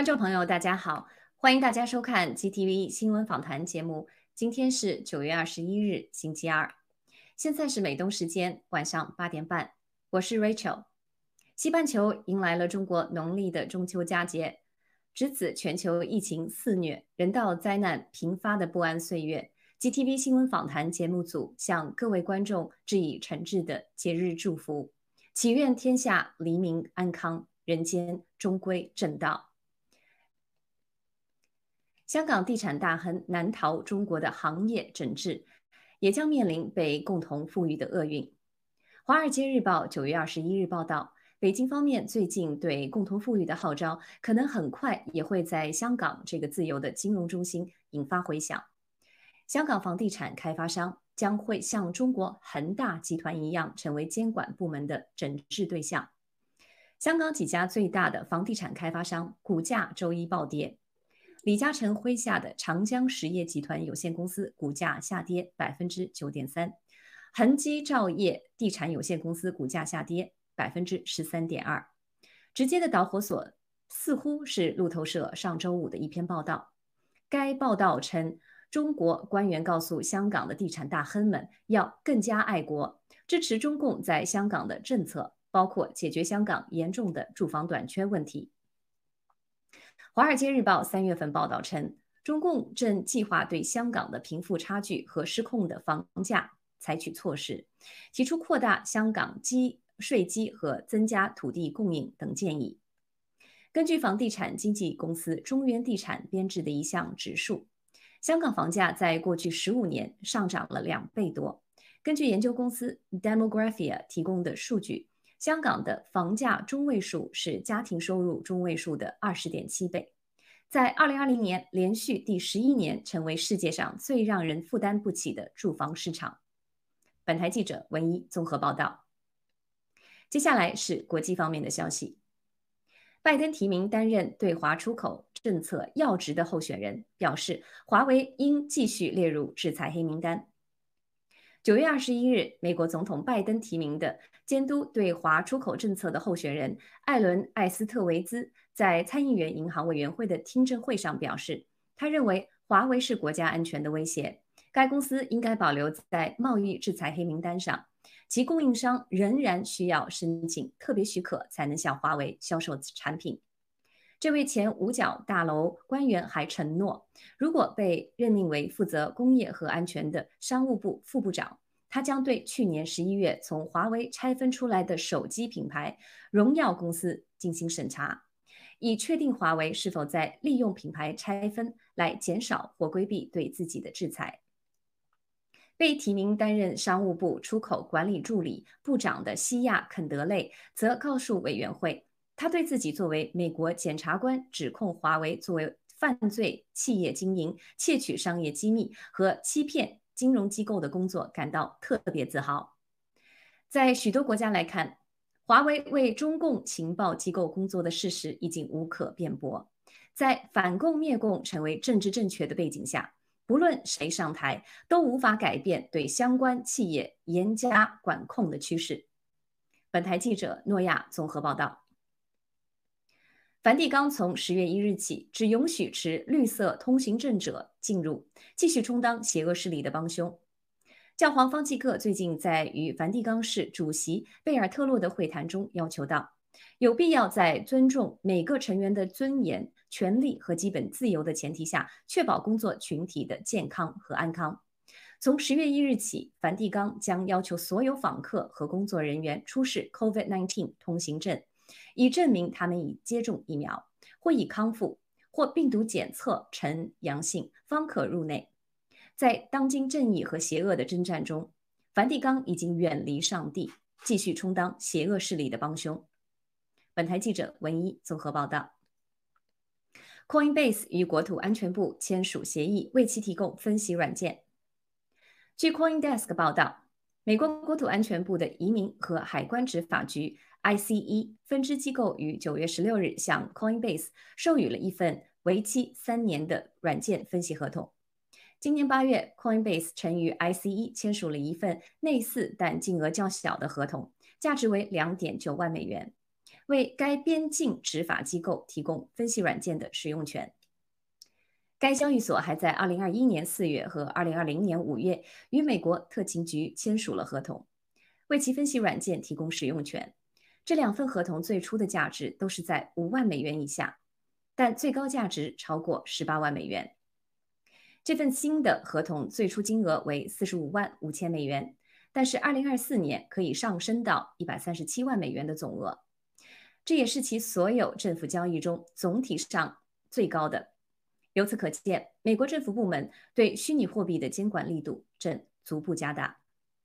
观众朋友，大家好，欢迎大家收看 GTV 新闻访谈节目。今天是9月21日，星期二，现在是美东时间晚上8点半。我是 Rachel。西半球迎来了中国农历的中秋佳节，值此全球疫情肆虐、人道灾难频发的不安岁月。GTV 新闻访谈节目组向各位观众致以诚挚的节日祝福，祈愿天下黎民安康，人间终归正道。香港地产大亨难逃中国的行业整治，也将面临被共同富裕的厄运。《华尔街日报》9月21日报道，北京方面最近对共同富裕的号召，可能很快也会在香港这个自由的金融中心引发回响。香港房地产开发商将会像中国恒大集团一样，成为监管部门的整治对象。香港几家最大的房地产开发商股价周一暴跌。李嘉诚麾下的长江实业集团有限公司股价下跌9.3%，恒基兆业地产有限公司股价下跌13.2%。直接的导火索似乎是路透社上周五的一篇报道。该报道称，中国官员告诉香港的地产大亨们要更加爱国，支持中共在香港的政策，包括解决香港严重的住房短缺问题。《华尔街日报》3月份报道称，中共正计划对香港的贫富差距和失控的房价采取措施，提出扩大香港税基和增加土地供应等建议。根据房地产经纪公司中原地产编制的一项指数，香港房价在过去15年上涨了2倍多。根据研究公司 Demographia 提供的数据，香港的房价中位数是家庭收入中位数的20.7倍，在2020年连续第11年成为世界上最让人负担不起的住房市场。本台记者文一综合报道。接下来是国际方面的消息。拜登提名担任对华出口政策要职的候选人，表示华为应继续列入制裁黑名单。9月21日，美国总统拜登提名的监督对华出口政策的候选人艾伦·艾斯特维兹在参议员银行委员会的听证会上表示，他认为华为是国家安全的威胁，该公司应该保留在贸易制裁黑名单上，其供应商仍然需要申请特别许可才能向华为销售产品。这位前五角大楼官员还承诺，如果被任命为负责工业和安全的商务部副部长，他将对去年11月从华为拆分出来的手机品牌荣耀公司进行审查，以确定华为是否在利用品牌拆分来减少或规避对自己的制裁。被提名担任商务部出口管理助理部长的西亚·肯德雷则告诉委员会，他对自己作为美国检察官指控华为作为犯罪企业经营、窃取商业机密和欺骗金融机构的工作感到特别自豪。在许多国家来看，华为为中共情报机构工作的事实已经无可辩驳。在反共灭共成为政治正确的背景下，不论谁上台，都无法改变对相关企业严加管控的趋势。本台记者诺亚综合报道。梵蒂冈从10月1日起只允许持绿色通行证者进入，继续充当邪恶势力的帮凶。教皇方济各最近在与梵蒂冈市主席贝尔特洛的会谈中要求到，有必要在尊重每个成员的尊严、权利和基本自由的前提下，确保工作群体的健康和安康。从10月1日起，梵蒂冈将要求所有访客和工作人员出示 COVID-19 通行证，以证明他们已接种疫苗，或已康复，或病毒检测呈阳性，方可入内。在当今正义和邪恶的征战中，梵蒂冈已经远离上帝，继续充当邪恶势力的帮凶。本台记者文一综合报道。Coinbase 与国土安全部签署协议，为其提供分析软件。据 CoinDesk 报道，美国国土安全部的移民和海关执法局 ICE 分支机构于9月16日向 Coinbase 授予了一份为期3年的软件分析合同。今年8月 ，Coinbase 曾与 ICE 签署了一份类似但金额较小的合同，价值为2.9万美元。 为该边境执法机构提供分析软件的使用权。该交易所还在2021年4月和2020年5月与美国特勤局签署了合同，为其分析软件提供使用权。这2份合同最初的价值都是在5万美元以下，但最高价值超过18万美元。这份新的合同最初金额为45万5千美元，但是2024年可以上升到137万美元的总额，这也是其所有政府交易中总体上最高的。由此可见，美国政府部门对虚拟货币的监管力度正逐步加大。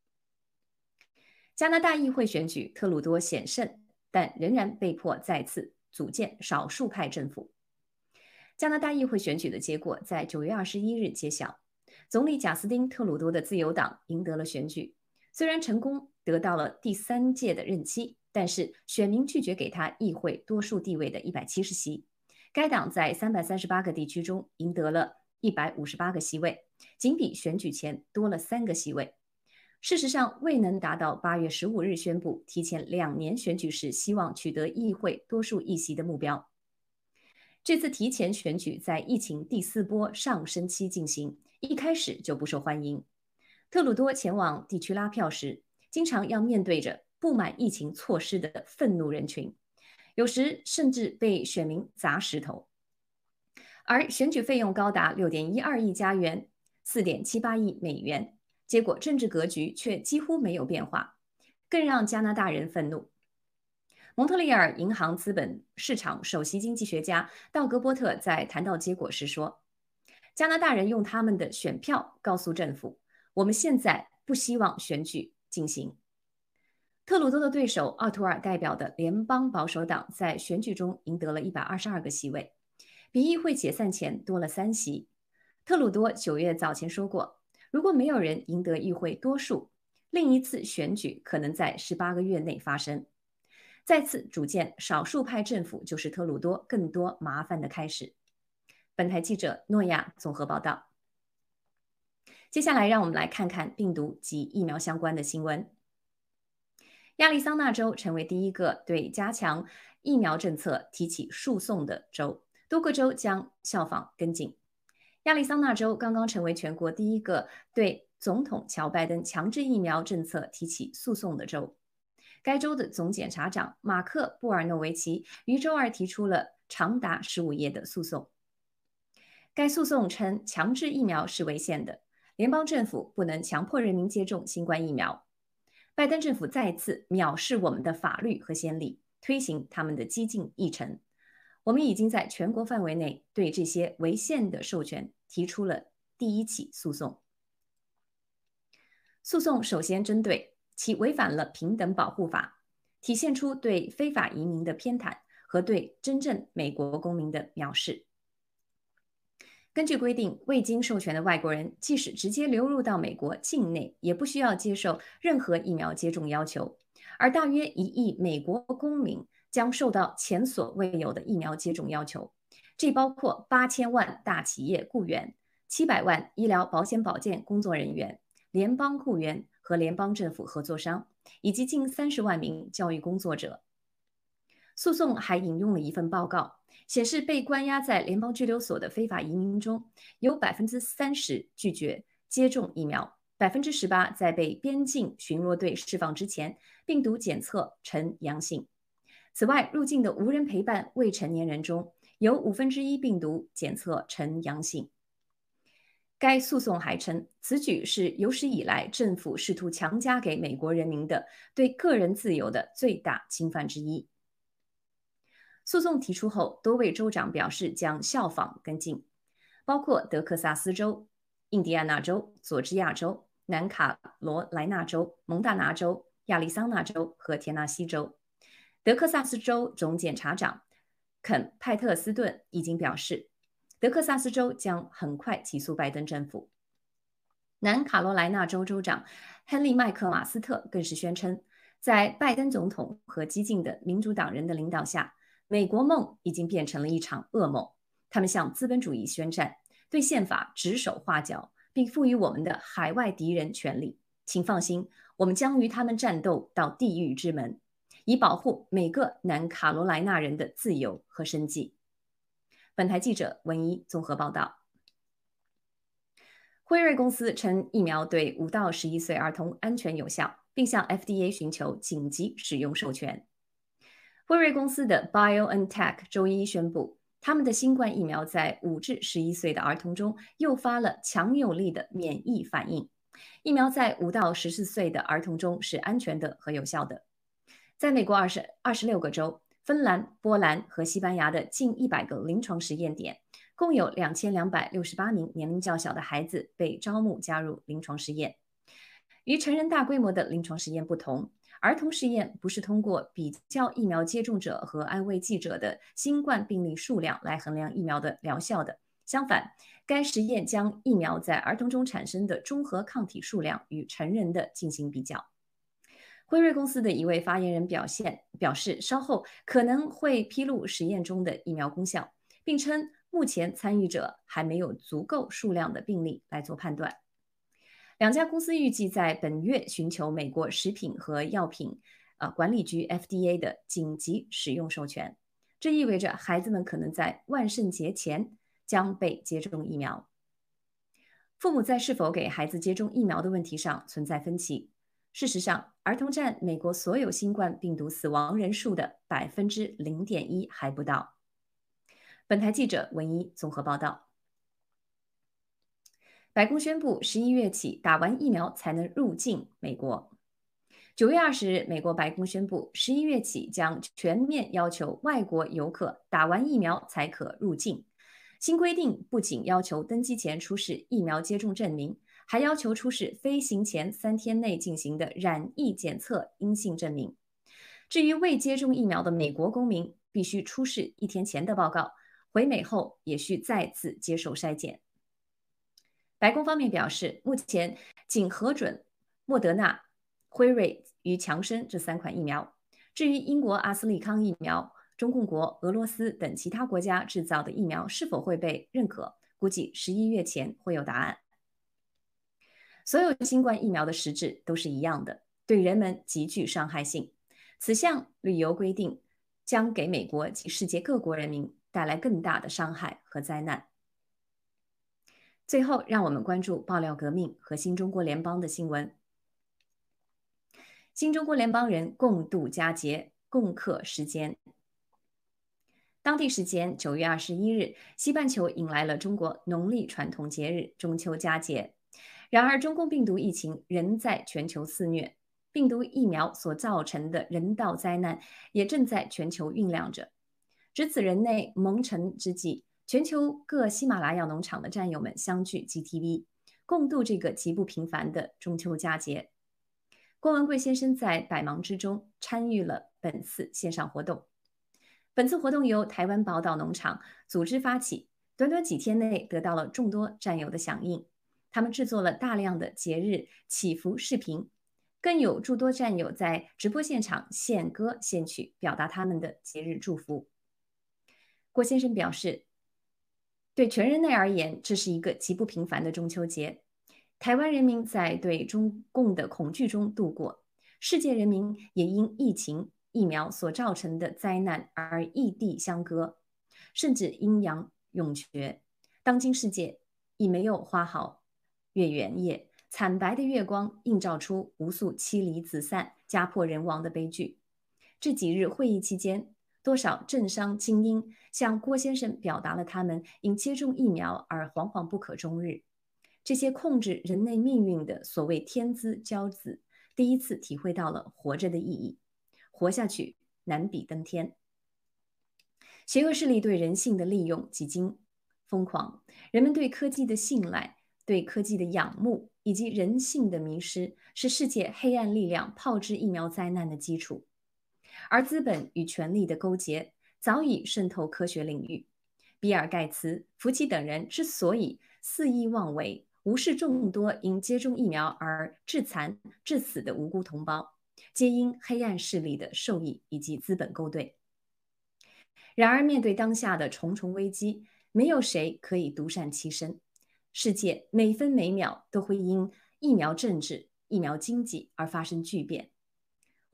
加拿大议会选举，特鲁多险胜，但仍然被迫再次组建少数派政府。加拿大议会选举的结果在9月21日揭晓，总理贾斯汀·特鲁多的自由党赢得了选举，虽然成功得到了第3届的任期，但是选民拒绝给他议会多数地位的170席。该党在338个地区中赢得了158个席位，仅比选举前多了3个席位。事实上，未能达到8月15日宣布提前2年选举时希望取得议会多数议席的目标。这次提前选举在疫情第4波上升期进行，一开始就不受欢迎。特鲁多前往地区拉票时，经常要面对着不满疫情措施的愤怒人群，有时甚至被选民砸石头。而选举费用高达6.12亿加元，4.78亿美元，结果政治格局却几乎没有变化，更让加拿大人愤怒。蒙特利尔银行资本市场首席经济学家道格波特在谈到结果时说，加拿大人用他们的选票告诉政府，我们现在不希望选举进行。特鲁多的对手奥图尔代表的联邦保守党在选举中赢得了122个席位，比议会解散前多了3席。特鲁多9月早前说过，如果没有人赢得议会多数，另一次选举可能在18个月内发生。再次组建少数派政府就是特鲁多更多麻烦的开始。本台记者诺亚综合报道。接下来让我们来看看病毒及疫苗相关的新闻。亚利桑那州成为第一个对加强疫苗政策提起诉讼的州，多个州将效仿跟进。亚利桑那州刚刚成为全国第一个对总统乔拜登强制疫苗政策提起诉讼的州。该州的总检察长马克·布尔诺维奇于周二提出了长达15页的诉讼。该诉讼称，强制疫苗是违宪的，联邦政府不能强迫人民接种新冠疫苗。拜登政府再次藐视我们的法律和先例，推行他们的激进议程。我们已经在全国范围内对这些违宪的授权提出了第1起诉讼。诉讼首先针对其违反了平等保护法，体现出对非法移民的偏袒和对真正美国公民的藐视。根据规定，未经授权的外国人即使直接流入到美国境内，也不需要接受任何疫苗接种要求，而大约1亿美国公民将受到前所未有的疫苗接种要求，这包括8000万大企业雇员、700万医疗保险保健工作人员、联邦雇员和联邦政府合作商，以及近30万名教育工作者。诉讼还引用了一份报告，显示被关押在联邦拘留所的非法移民中，有30%拒绝接种疫苗，18%在被边境巡逻队释放之前病毒检测呈阳性。此外，入境的无人陪伴未成年人中有1/5病毒检测呈阳性。该诉讼还称，此举是有史以来政府试图强加给美国人民的对个人自由的最大侵犯之一。诉讼提出后，多位州长表示将效仿跟进，包括德克萨斯州、印第安纳州、佐治亚州、南卡罗来纳州、蒙大拿州、亚利桑那州和田纳西州。德克萨斯州总检察长肯·派特斯顿已经表示，德克萨斯州将很快起诉拜登政府。南卡罗来纳州州长亨利·麦克马斯特更是宣称，在拜登总统和激进的民主党人的领导下，美国梦已经变成了一场噩梦。他们向资本主义宣战，对宪法指手画脚，并赋予我们的海外敌人权利。请放心，我们将与他们战斗到地狱之门。 以保护每个南卡罗来纳人的自由和生计。本台记者文一综合报道。辉瑞公司称疫苗对5到11岁儿童安全有效，并向 FDA 寻求紧急使用授权。辉瑞公司的 BioNTech 周一宣布，他们的新冠疫苗在5至11岁的儿童中诱发了强有力的免疫反应。疫苗在5到14岁的儿童中是安全的和有效的。在美国26个州、芬兰、波兰和西班牙的近100个临床实验点，共有2268名年龄较小的孩子被招募加入临床实验。与成人大规模的临床实验不同，儿童实验不是通过比较疫苗接种者和安慰剂者的新冠病例数量来衡量疫苗的疗效的。相反，该实验将疫苗在儿童中产生的中和抗体数量与成人的进行比较。辉瑞公司的一位发言人表示，稍后可能会披露实验中的疫苗功效，并称目前参与者还没有足够数量的病例来做判断。两家公司预计在本月寻求美国食品和药品管理局 FDA 的紧急使用授权，这意味着孩子们可能在万圣节前将被接种疫苗。父母在是否给孩子接种疫苗的问题上存在分歧。事实上，儿童占美国所有新冠病毒死亡人数的0.1%还不到。本台记者文一综合报道。白宫宣布，11月起打完疫苗才能入境美国。9月20日，美国白宫宣布，11月起将全面要求外国游客打完疫苗才可入境。新规定不仅要求登机前出示疫苗接种证明，还要求出示飞行前3天内进行的染疫检测阴性证明。至于未接种疫苗的美国公民，必须出示1天前的报告，回美后也需再次接受筛检。白宫方面表示，目前仅核准莫德纳、辉瑞与强生这3款疫苗。至于英国阿斯利康疫苗、中共国、俄罗斯等其他国家制造的疫苗是否会被认可，估计11月前会有答案。所有新冠疫苗的实质都是一样的，对人们极具伤害性。此项旅游规定将给美国及世界各国人民带来更大的伤害和灾难。最后，让我们关注爆料革命和新中国联邦的新闻。新中国联邦人共度佳节，共克时艰。当地时间9月21日，西半球迎来了中国农历传统节日中秋佳节。然而，中共病毒疫情仍在全球肆虐，病毒疫苗所造成的人道灾难也正在全球酝酿着。值此人内蒙尘之际，全球各喜马拉雅农场的战友们相聚 GTV， 共度这个极不平凡的中秋佳节。郭文贵先生在百忙之中参与了本次线上活动。本次活动由台湾宝岛农场组织发起，短短几天内得到了众多战友的响应。他们制作了大量的节日祈福视频，更有诸多战友在直播现场献歌献曲，表达他们的节日祝福。郭先生表示，对全人类而言，这是一个极不平凡的中秋节。台湾人民在对中共的恐惧中度过，世界人民也因疫情、疫苗所造成的灾难而异地相隔，甚至阴阳永绝。当今世界已没有花好月圆夜，惨白的月光映照出无数妻离子散、家破人亡的悲剧。这几日会议期间，多少政商精英向郭先生表达了他们因接种疫苗而惶惶不可终日。这些控制人类命运的所谓天之骄子，第一次体会到了活着的意义。活下去难比登天。邪恶势力对人性的利用几经疯狂，人们对科技的信赖、对科技的仰慕以及人性的迷失，是世界黑暗力量炮制疫苗灾难的基础。而资本与权力的勾结早已渗透科学领域。比尔·盖茨、福奇等人之所以肆意妄为，无视众多因接种疫苗而致残致死的无辜同胞，皆因黑暗势力的授意以及资本勾兑。然而，面对当下的重重危机，没有谁可以独善其身。世界每分每秒都会因疫苗政治、疫苗经济而发生巨变。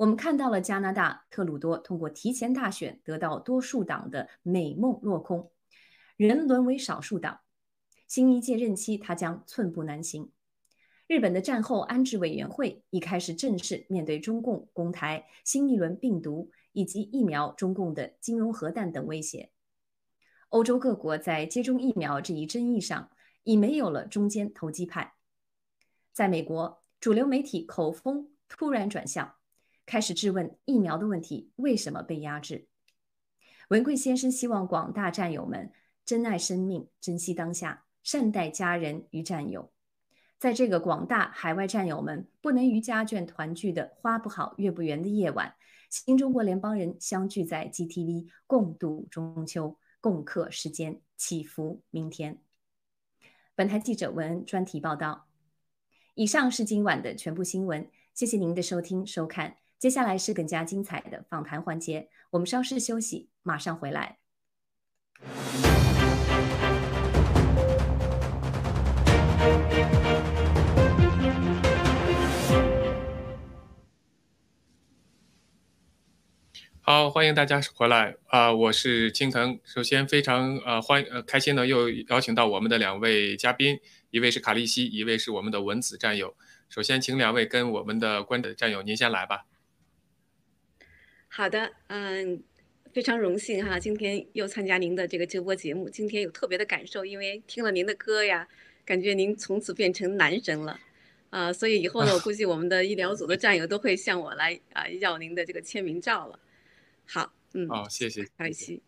我们看到了加拿大特鲁多通过提前大选得到多数党的美梦落空，人沦为少数党。新一届任期他将寸步难行。日本的战后安置委员会已开始正式面对中共攻台、新一轮病毒以及疫苗、中共的金融核弹等威胁。欧洲各国在接种疫苗这一争议上已没有了中间投机派。在美国，主流媒体口风突然转向，开始质问疫苗的问题为什么被压制。文贵先生希望广大战友们珍爱生命，珍惜当下，善待家人与战友。在这个广大海外战友们不能于家眷团聚的花不好月不圆的夜晚，新中国联邦人相聚在 GTV， 共度中秋，共克时艰，祈福明天。本台记者文专题报道。以上是今晚的全部新闻，谢谢您的收听收看。接下来是更加精彩的访谈环节，我们稍事休息，马上回来。 好，欢迎大家回来我是青藤。首先非常开心呢，又邀请到我们的2位嘉宾，一位是卡利西，一位是我们的文子战友。首先请2位跟我们的观战友您先来吧。 好的，非常荣幸哈，今天又参加您的这个直播节目。今天有特别的感受，因为听了您的歌呀，感觉您从此变成男神了，所以以后呢，我估计我们的医疗组的战友都会向我来要您的这个签名照了。好， 谢谢， 卡利西。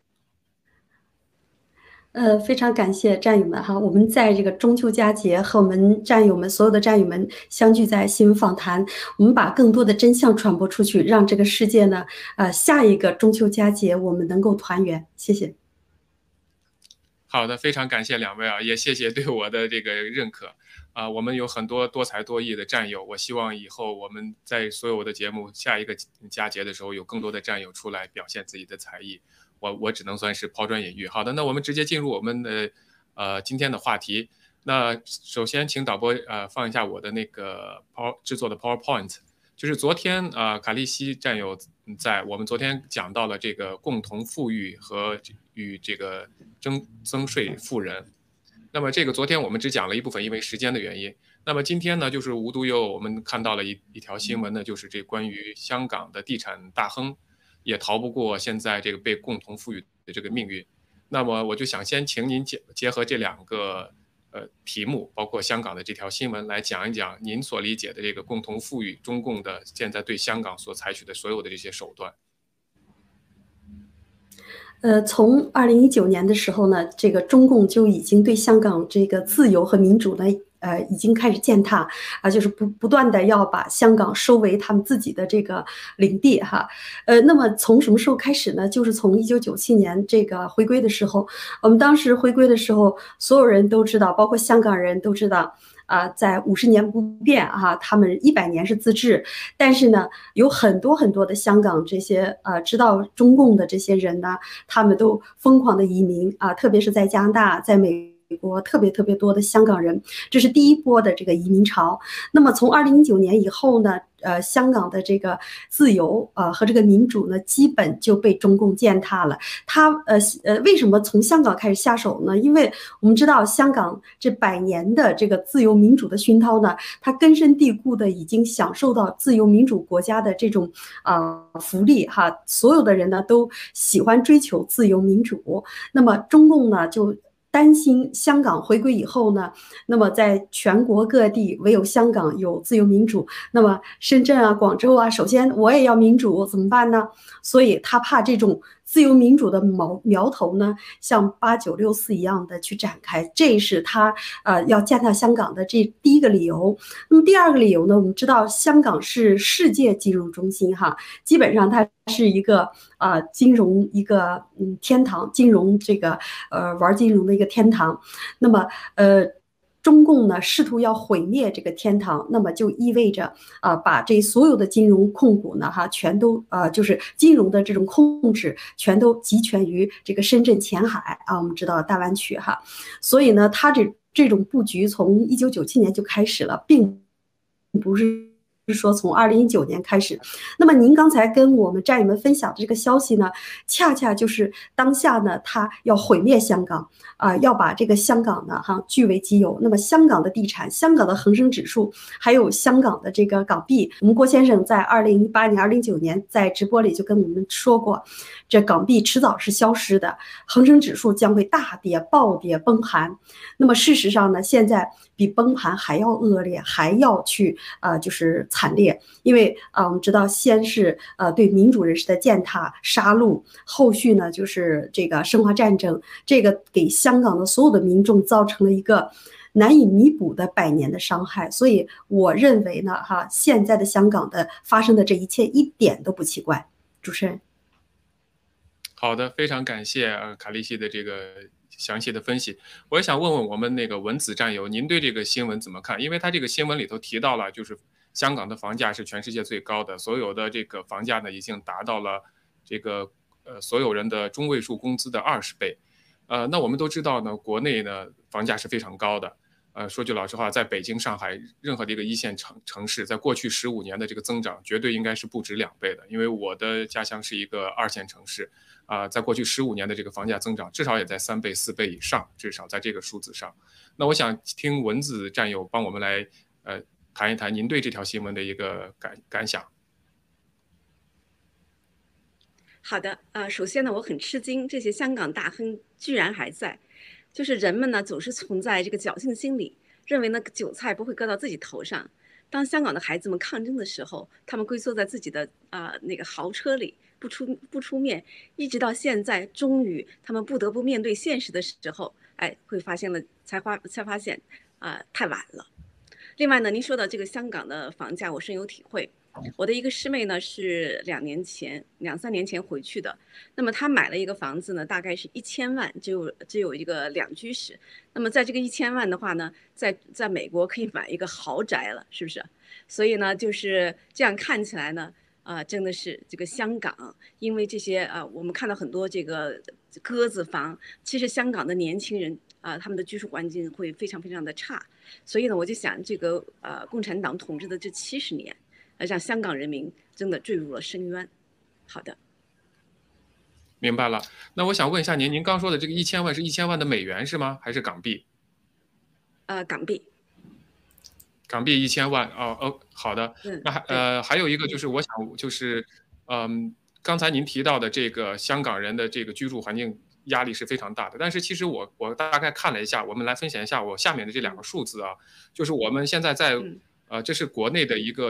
非常感谢战友们哈，我们在这个中秋佳节和我们战友们所有的战友们相聚在新闻访谈，我们把更多的真相传播出去，让这个世界呢，下一个中秋佳节我们能够团圆。谢谢。 好的，非常感谢2位啊，也谢谢对我的这个认可我们有很多多才多艺的战友，我希望以后我们在所有的节目下一个佳节的时候，有更多的战友出来表现自己的才艺。我只能算是抛砖引玉。好的，那我们直接进入我们的今天的话题。那首先请导播放一下我的那个制作的 PowerPoint， 就是昨天卡利西战友我们昨天讲到了这个共同富裕和与这个增税富人。那么这个昨天我们只讲了一部分，因为时间的原因。那么今天呢，就是无独有偶，我们看到了一条新闻呢，就是这关于香港的地产大亨。也逃不过现在这个被共同富裕的这个命运。那么我就想先请您结合这2个题目，包括香港的这条新闻，来讲一讲您所理解的这个共同富裕，中共的现在对香港所采取的所有的这些手段。 从2019年的时候呢，这个中共就已经对香港这个自由和民主呢，已经开始践踏就是不断的要把香港收为他们自己的这个领地哈。那么从什么时候开始呢？就是从1997年这个回归的时候，我们当时回归的时候，所有人都知道，包括香港人都知道。在50年不变他们100年是自治，但是呢，有很多很多的香港这些知道中共的这些人呢，他们都疯狂的移民特别是在加拿大，在美国特别多的香港人，这是第一波的这个移民潮。那么从2019年以后呢，香港的这个自由和这个民主呢，基本就被中共践踏了。为什么从香港开始下手呢？因为我们知道香港这100年的这个自由民主的熏陶呢，它根深蒂固的已经享受到自由民主国家的这种福利哈，所有的人呢都喜欢追求自由民主。那么中共呢就担心香港回归以后呢，那么在全国各地唯有香港有自由民主，那么深圳广州首先我也要民主，怎么办呢？所以他怕这种自由民主的苗头呢，像8964一样的去展开，这是他要践踏香港的这第一个理由。那么第二个理由呢，我们知道香港是世界金融中心基本上它是一个金融一个天堂，金融这个玩金融的一个天堂。那么中共呢试图要毁灭这个天堂，那么就意味着把这所有的金融控股呢全都就是金融的这种控制全都集权于这个深圳前海我们知道大湾区所以呢，它这种布局从1997年就开始了，并不是是说从2019年开始。那么您刚才跟我们战友们分享的这个消息呢，恰恰就是当下呢，他要毁灭香港要把这个香港呢据为己有。那么香港的地产、香港的恒生指数，还有香港的这个港币，我们郭先生在2018年、2019年在直播里就跟我们说过，这港币迟早是消失的，恒生指数将会大跌、暴跌、崩盘。那么事实上呢，现在比崩盘还要恶劣，还要去就是惨烈。因为我们知道先是对民主人士的践踏杀戮，后续呢就是这个生化战争，这个给香港的所有的民众造成了一个难以弥补的100年的伤害。所以我认为呢现在的香港的发生的这一切一点都不奇怪。主持人。 好的，非常感谢卡利西的这个详细的分析。我也想问问我们那个文子战友，您对这个新闻怎么看？因为他这个新闻里头提到了，就是香港的房价是全世界最高的，所有的这个房价呢已经达到了这个所有人的中位数工资的20倍。那我们都知道呢，国内呢房价是非常高的。说句老实话，在北京、上海任何的一个一线城市，在过去15年的这个增长，绝对应该是不止2倍的。因为我的家乡是一个2线城市，在过去15年的这个房价增长，至少也在3倍、4倍以上，至少在这个数字上。那我想听文子战友帮我们来谈一谈您对这条新闻的一个感想。 好的，首先呢，我很吃惊，这些香港大亨居然还在。就是人们呢总是存在这个侥幸心理，认为呢韭菜不会割到自己头上。当香港的孩子们抗争的时候，他们龟缩在自己的那个豪车里，不出面，一直到现在，终于他们不得不面对现实的时候，会发现了才发现太晚了。另外呢，您说的这个香港的房价，我深有体会。我的一个师妹呢是23年前回去的，那么她买了一个房子呢，大概是1000万，只有一个2居室。那么在这个1000万的话呢，在美国可以买一个豪宅了，是不是？所以呢，就是这样看起来呢，真的是这个香港，因为这些我们看到很多这个鸽子房，其实香港的年轻人他们的居住环境会非常非常的差。所以呢，我就想这个共产党统治的这70年。让香港人民真的坠入了深渊。好的， 明白了。那我想问一下您刚说的这个1000万是1000万的美元是吗？还是港币？ 港币。 港币1000万好的。那还有一个就是我想就是刚才您提到的这个香港人的这个居住环境压力是非常大的，但是其实我大概看了一下，我们来分享一下我下面的这2个数字就是我们现在在这是国内的一个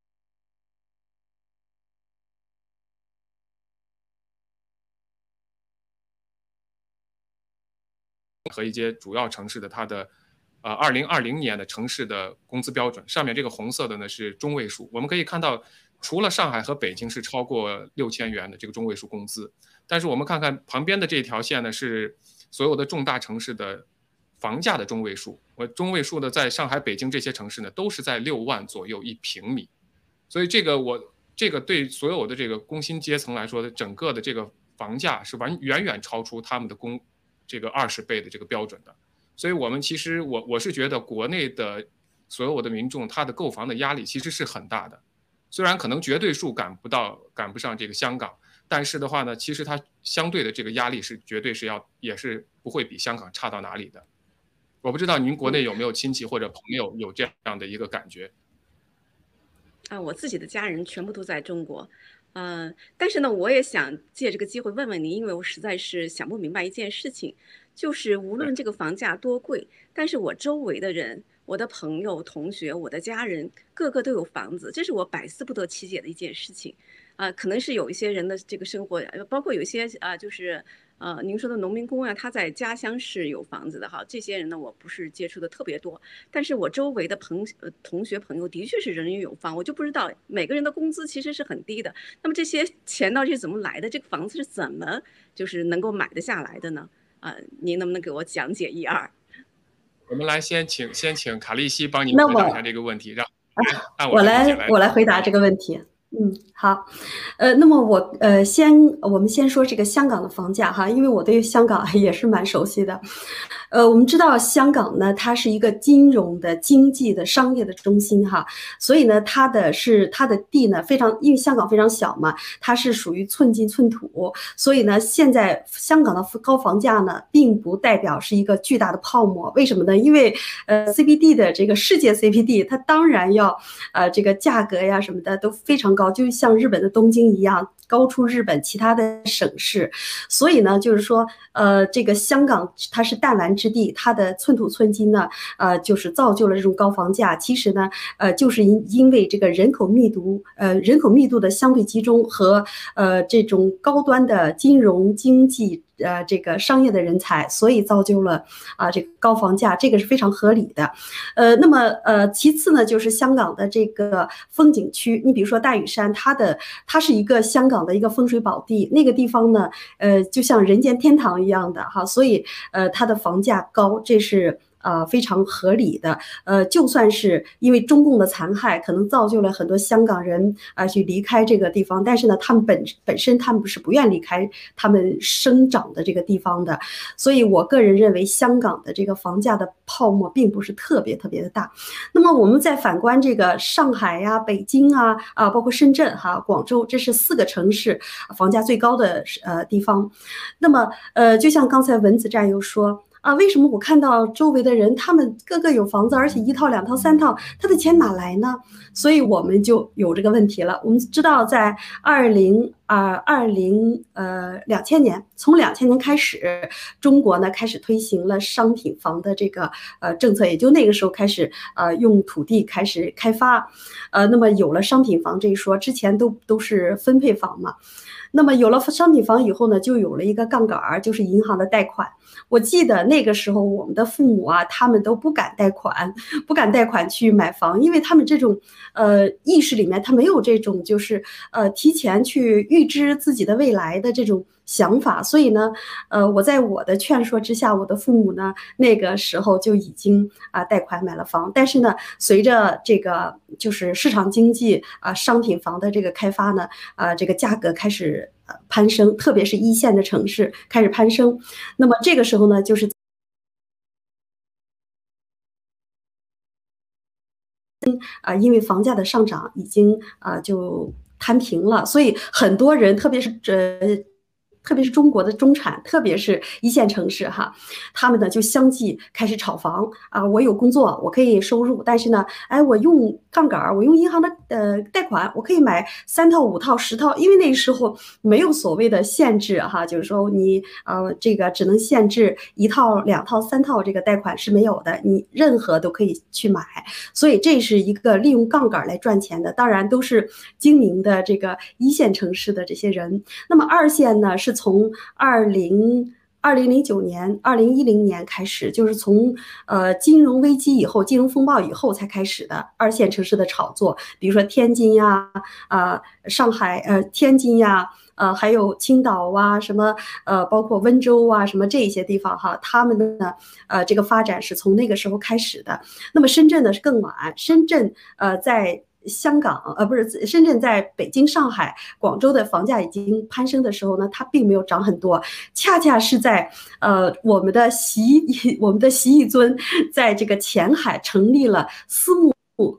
和一些主要城市的它的2020年的城市的工资标准，上面这个红色的呢是中位数。我们可以看到，除了上海和北京是超过6000元的这个中位数工资，但是我们看看旁边的这条线呢是所有的重大城市的房价的中位数。中位数的在上海、北京这些城市呢都是在6万左右1平米，所以这个对所有的这个工薪阶层来说的整个的这个房价是远远超出他们的这个20倍的这个标准的。所以我们其实我是觉得国内的所有的民众他的购房的压力其实是很大的，虽然可能绝对数赶不上这个香港，但是的话呢，其实它相对的这个压力是绝对是也是不会比香港差到哪里的。我不知道您国内有没有亲戚或者朋友有这样的一个感觉？ 我自己的家人全部都在中国。但是呢，我也想借这个机会问问您，因为我实在是想不明白一件事情，就是无论这个房价多贵，但是我周围的人、我的朋友、同学、我的家人，个个都有房子，这是我百思不得其解的一件事情。可能是有一些人的这个生活，包括有一些就是您说的农民工啊，他在家乡是有房子的哈，这些人呢，我不是接触的特别多，但是我周围的同学朋友的确是人人有房，我就不知道每个人的工资其实是很低的，那么这些钱到底是怎么来的？这个房子是怎么就是能够买得下来的呢？您能不能给我讲解一二？ 我们来先请卡利西帮您回答一下这个问题，让按我来回答这个问题。 好，那么我们先说这个香港的房价哈，因为我对香港也是蛮熟悉的。我们知道香港呢，它是一个金融的、经济的、商业的中心哈，所以呢，它的地呢非常，因为香港非常小嘛，它是属于寸金寸土，所以呢，现在香港的高房价呢，并不代表是一个巨大的泡沫。为什么呢？因为CBD 的这个世界 CBD，它当然要这个价格呀什么的都非常高，就像日本的东京一样，高出日本其他的省市。所以呢，就是说，这个香港它是弹丸之地，它的寸土寸金呢，就是造就了这种高房价。其实呢，就是因为这个人口密度的相对集中和这种高端的金融经济。这个商业的人才，所以造就了这个高房价，这个是非常合理的。那么其次呢，就是香港的这个风景区，你比如说大屿山，它是一个香港的一个风水宝地，那个地方呢，就像人间天堂一样的哈，所以它的房价高，这是。非常合理的，就算是因为中共的残害，可能造就了很多香港人去离开这个地方，但是呢，他们本身他们不愿离开他们生长的这个地方的，所以我个人认为香港的这个房价的泡沫并不是特别的大。那么我们再反观这个上海呀、北京啊，包括深圳哈、广州，这是4个城市房价最高的地方。那么就像刚才文子战友说。为什么我看到周围的人，他们个个有房子，而且1套、2套、3套，他的钱哪来呢？所以我们就有这个问题了。我们知道，在2000年，从2000年开始，中国呢开始推行了商品房的这个政策，也就那个时候开始用土地开始开发，那么有了商品房这一说，之前都是分配房嘛。那么有了商品房以后呢，就有了一个杠杆，就是银行的贷款。我记得那个时候我们的父母啊，他们都不敢贷款去买房，因为他们这种意识里面他没有这种就是提前去预知自己的未来的这种想法，所以呢，我在我的劝说之下，我的父母呢那个时候就已经贷款买了房，但是呢，随着这个就是市场经济商品房的这个开发呢，这个价格开始攀升，特别是1线的城市开始攀升，那么这个时候呢，就是因为房价的上涨已经就摊平了，所以很多人，特别是中国的中产，特别是1线城市哈，他们呢就相继开始炒房我有工作，我可以收入，但是呢，我用杠杆，我用银行的贷款，我可以买3套、5套、10套，因为那时候没有所谓的限制哈，就是说你这个只能限制1套、2套、3套这个贷款是没有的，你任何都可以去买，所以这是一个利用杠杆来赚钱的，当然都是精明的这个1线城市的这些人。那么2线呢是从2009年、2010年开始，就是从金融危机以后、金融风暴以后才开始的2线城市的炒作，比如说天津呀、上海、天津呀。还有青岛啊，什么包括温州啊，什么这些地方哈，他们呢这个发展是从那个时候开始的。那么深圳呢是更晚，深圳在香港不是深圳在北京、上海、广州的房价已经攀升的时候呢，它并没有涨很多，恰恰是在我们的习义尊在这个前海成立了私募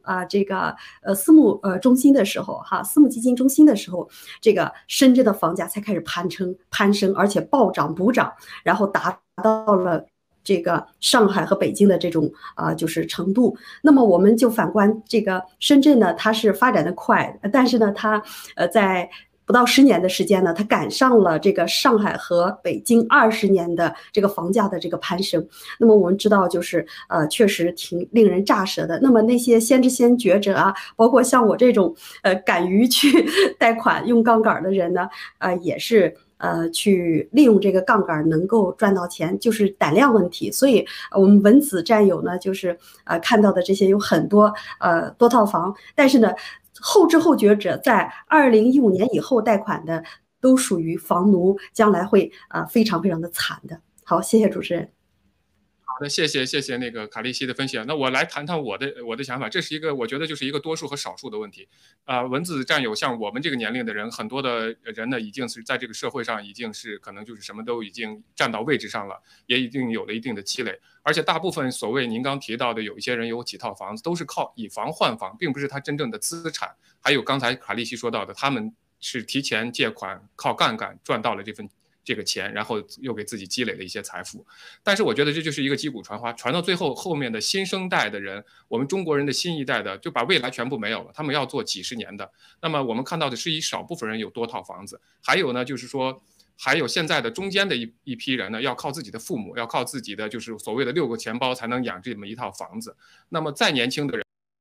中心的时候哈，私募基金中心的时候，这个深圳的房价才开始攀升，而且暴涨补涨，然后达到了这个上海和北京的这种就是程度。那么我们就反观这个深圳呢，它是发展的快，但是呢，它在不到10年的时间呢，它赶上了这个上海和北京20年的这个房价的这个攀升。那么我们知道，就是确实挺令人咋舌的。那么那些先知先觉者啊，包括像我这种敢于去贷款用杠杆的人呢，也是去利用这个杠杆能够赚到钱，就是胆量问题。所以我们文子战友呢，就是看到的这些有很多多套房，但是呢。后知后觉者在2015年以后贷款的都属于房奴，将来会非常的惨的。好，谢谢主持人。 好， 好的，谢谢那个卡利西的分析啊。那我来谈谈我的想法，这是一个我觉得就是一个多数和少数的问题。文字战友像我们这个年龄的人，很多的人呢已经是在这个社会上已经是可能就是什么都已经站到位置上了，也已经有了一定的积累。而且大部分所谓您刚提到的有一些人有几套房子，都是靠以房换房，并不是他真正的资产。还有刚才卡利西说到的，他们是提前借款靠杠杆赚到了这个钱，然后又给自己积累了一些财富。但是我觉得这就是一个击鼓传花，传到最后，后面的新生代的人，我们中国人的新一代的，就把未来全部没有了，他们要做几十年的。那么我们看到的是一少部分人有多套房子，还有呢，就是说，还有现在的中间的一批人呢，要靠自己的父母，要靠自己的就是所谓的6个钱包才能养这么一套房子。那么再年轻的人，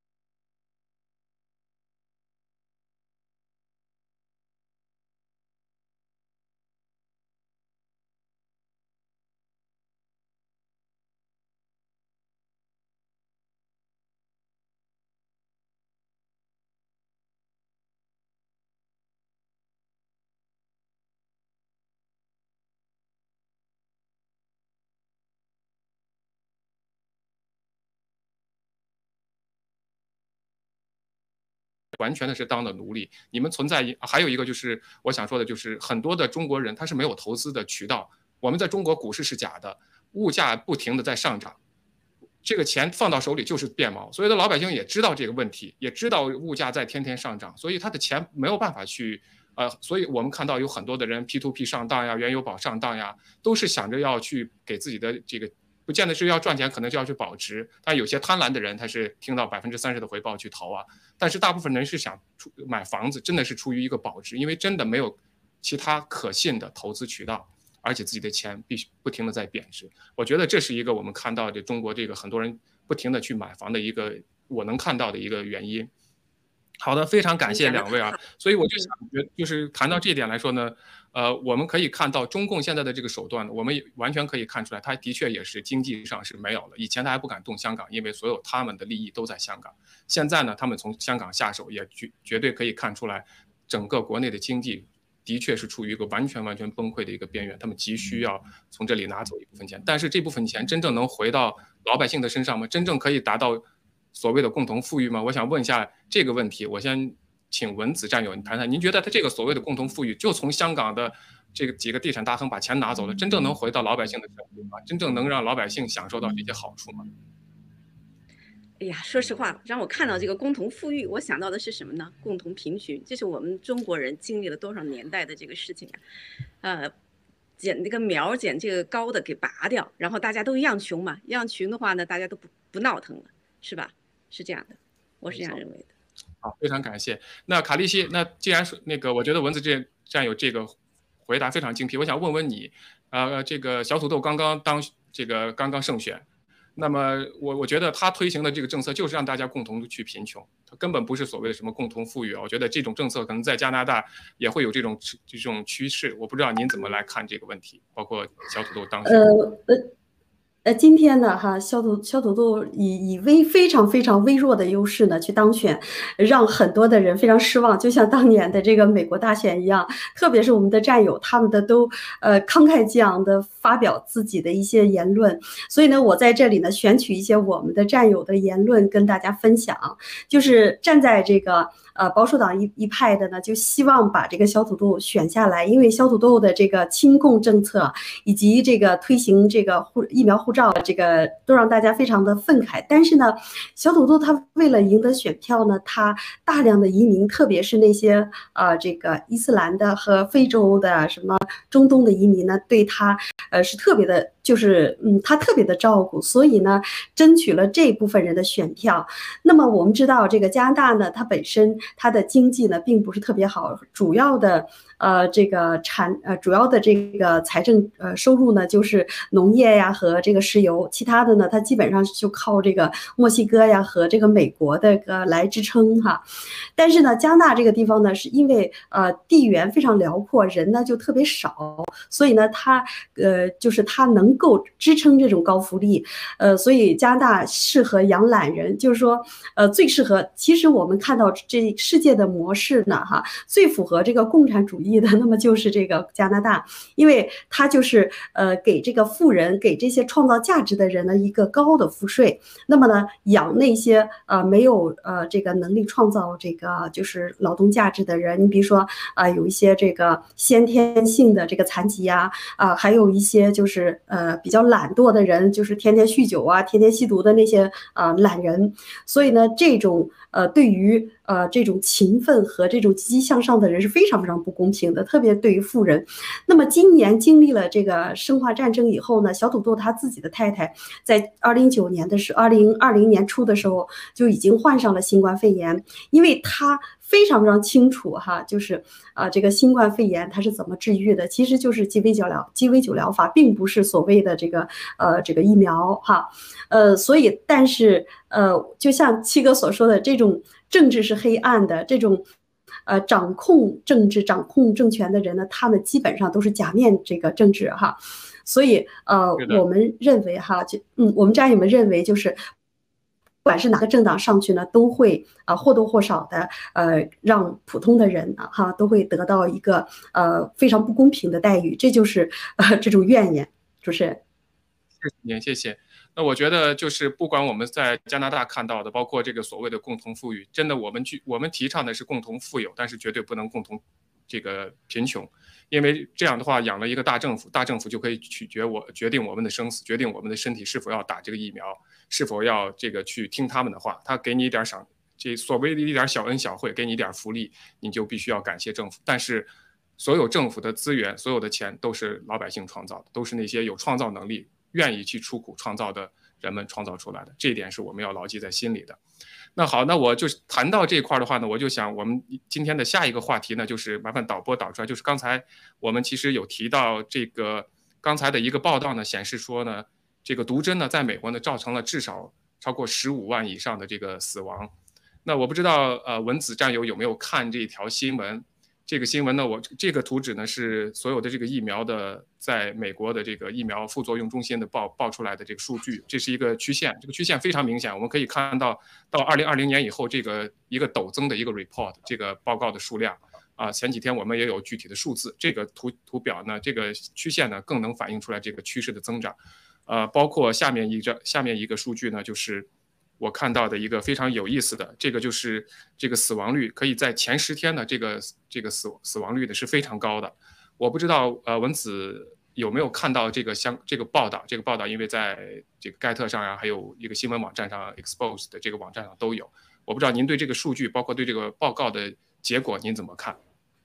完全的是当了奴隶。你们存在还有一个就是我想说的，就是很多的中国人他是没有投资的渠道。我们在中国股市是假的，物价不停的在上涨，这个钱放到手里就是变毛。所有的老百姓也知道这个问题，也知道物价在天天上涨，所以他的钱没有办法去所以我们看到有很多的人 P2P 上当呀，原油宝上当呀，都是想着要去给自己的这个。不见得是要赚钱，可能就要去保值。但有些贪婪的人，他是听到30%的回报去投啊。但是大部分人是想买房子，真的是出于一个保值，因为真的没有其他可信的投资渠道，而且自己的钱必须不停的在贬值。我觉得这是一个我们看到的中国这个很多人不停的去买房的一个我能看到的一个原因。好的，非常感谢两位啊。所以我就想，就是谈到这一点来说呢，我们可以看到中共现在的这个手段，我们完全可以看出来，它的确也是经济上是没有了。以前他还不敢动香港，因为所有他们的利益都在香港。现在呢，他们从香港下手，也绝对可以看出来，整个国内的经济的确是处于一个完全崩溃的一个边缘。他们急需要从这里拿走一部分钱，但是这部分钱真正能回到老百姓的身上吗？真正可以达到所谓的共同富裕吗？我想问一下这个问题。我先请文子战友你谈谈，您觉得他这个所谓的共同富裕，就从香港的这个几个地产大亨把钱拿走了，真正能回到老百姓的手里吗？真正能让老百姓享受到这些好处吗？ 哎呀，说实话，让我看到这个共同富裕，我想到的是什么呢？共同贫穷，这是我们中国人经历了多少年代的这个事情啊！剪这个苗，剪这个高的给拔掉，然后大家都一样穷嘛，一样穷的话呢，大家都不闹腾了，是吧？是这样的，我是这样认为的。 好，非常感谢。那卡利西，那既然是那个，我觉得文子战友这个回答非常精辟，我想问问你，这个小土豆刚刚胜选，那么我觉得他推行的这个政策就是让大家共同去贫穷，他根本不是所谓的什么共同富裕啊。我觉得这种政策可能在加拿大也会有这种趋势，我不知道您怎么来看这个问题，包括小土豆当选。 今天呢，小土豆以非常非常微弱的优势呢去当选，让很多的人非常失望，就像当年的这个美国大选一样。特别是我们的战友，他们都慷慨激昂的发表自己的一些言论。所以呢，我在这里呢选取一些我们的战友的言论跟大家分享，就是站在这个保守党一派的呢，就希望把这个小土豆选下来，因为小土豆的这个亲共政策以及这个推行这个疫苗护照，这个都让大家非常的愤慨。但是呢，小土豆他为了赢得选票呢，他大量的移民，特别是那些这个伊斯兰的和非洲的什么中东的移民呢，对他是特别的，就是他特别的照顾，所以呢，争取了这部分人的选票。那么我们知道，这个加拿大呢，它本身它的经济呢并不是特别好，主要的主要的这个财政收入呢就是农业呀和这个石油，其他的呢它基本上就靠这个墨西哥呀和这个美国的来支撑哈。但是呢，加拿大这个地方呢是因为地缘非常辽阔，人呢就特别少，所以呢它就是它能能够支撑这种高福利，所以加拿大适合养懒人，就是说，最适合。其实我们看到这世界的模式呢，哈，最符合这个共产主义的，那么就是这个加拿大，因为它就是给这个富人，给这些创造价值的人呢一个高的赋税，那么呢养那些没有这个能力创造这个就是劳动价值的人，你比如说有一些这个先天性的这个残疾呀，还有一些就是比较懒惰的人，就是天天酗酒啊，天天吸毒的那些懒人，所以呢这种对于这种勤奋和这种积极向上的人是非常非常不公平的，特别对于富人。那么今年经历了这个生化战争以后呢，小土豆他自己的太太在2020年初的时候就已经患上了新冠肺炎，因为他非常非常清楚哈，就是这个新冠肺炎它是怎么治愈的，其实就是鸡尾酒疗法，并不是所谓的这个疫苗哈，所以但是就像七哥所说的，这种政治是黑暗的，这种掌控政治、掌控政权的人呢，他们基本上都是假面这个政治哈，所以我们认为哈，我们战友们认为就是。不管是哪个政党上去呢，都会或多或少的让普通的人哈都会得到一个非常不公平的待遇，这就是这种怨言。主持人， 谢谢。那我觉得就是不管我们在加拿大看到的，包括这个所谓的共同富裕，真的我们提倡的是共同富有，但是绝对不能共同这个贫穷，因为这样的话养了一个大政府，大政府就可以决定我们的生死，决定我们的身体是否要打这个疫苗，是否要这个去听他们的话，他给你一点这所谓的一点小恩小惠，给你一点福利，你就必须要感谢政府。但是所有政府的资源，所有的钱都是老百姓创造的，都是那些有创造能力、愿意去出苦创造的人们创造出来的，这一点是我们要牢记在心里的。那好，那我就谈到这一块的话呢，我就想我们今天的下一个话题呢，就是麻烦导播导出来，就是刚才我们其实有提到这个刚才的一个报道呢，显示说呢，这个毒针呢在美国呢造成了至少超过15万以上的这个死亡。那我不知道文子战友有没有看这条新闻？这个新闻呢，这个图纸呢是所有的这个疫苗的在美国的这个疫苗副作用中心的报出来的这个数据，这是一个曲线，这个曲线非常明显，我们可以看到2020年以后这个一个陡增的一个 report 这个报告的数量前几天我们也有具体的数字，这个图表呢，这个曲线呢更能反映出来这个趋势的增长，包括下面一个数据呢，就是我看到的一个非常有意思的，这个就是这个死亡率可以在前10天的这个死亡率的是非常高的。我不知道文子有没有看到这个报道？这个报道因为在这个盖特上还有一个新闻网站上 Expose 的这个网站上都有。我不知道您对这个数据，包括对这个报告的结果您怎么看？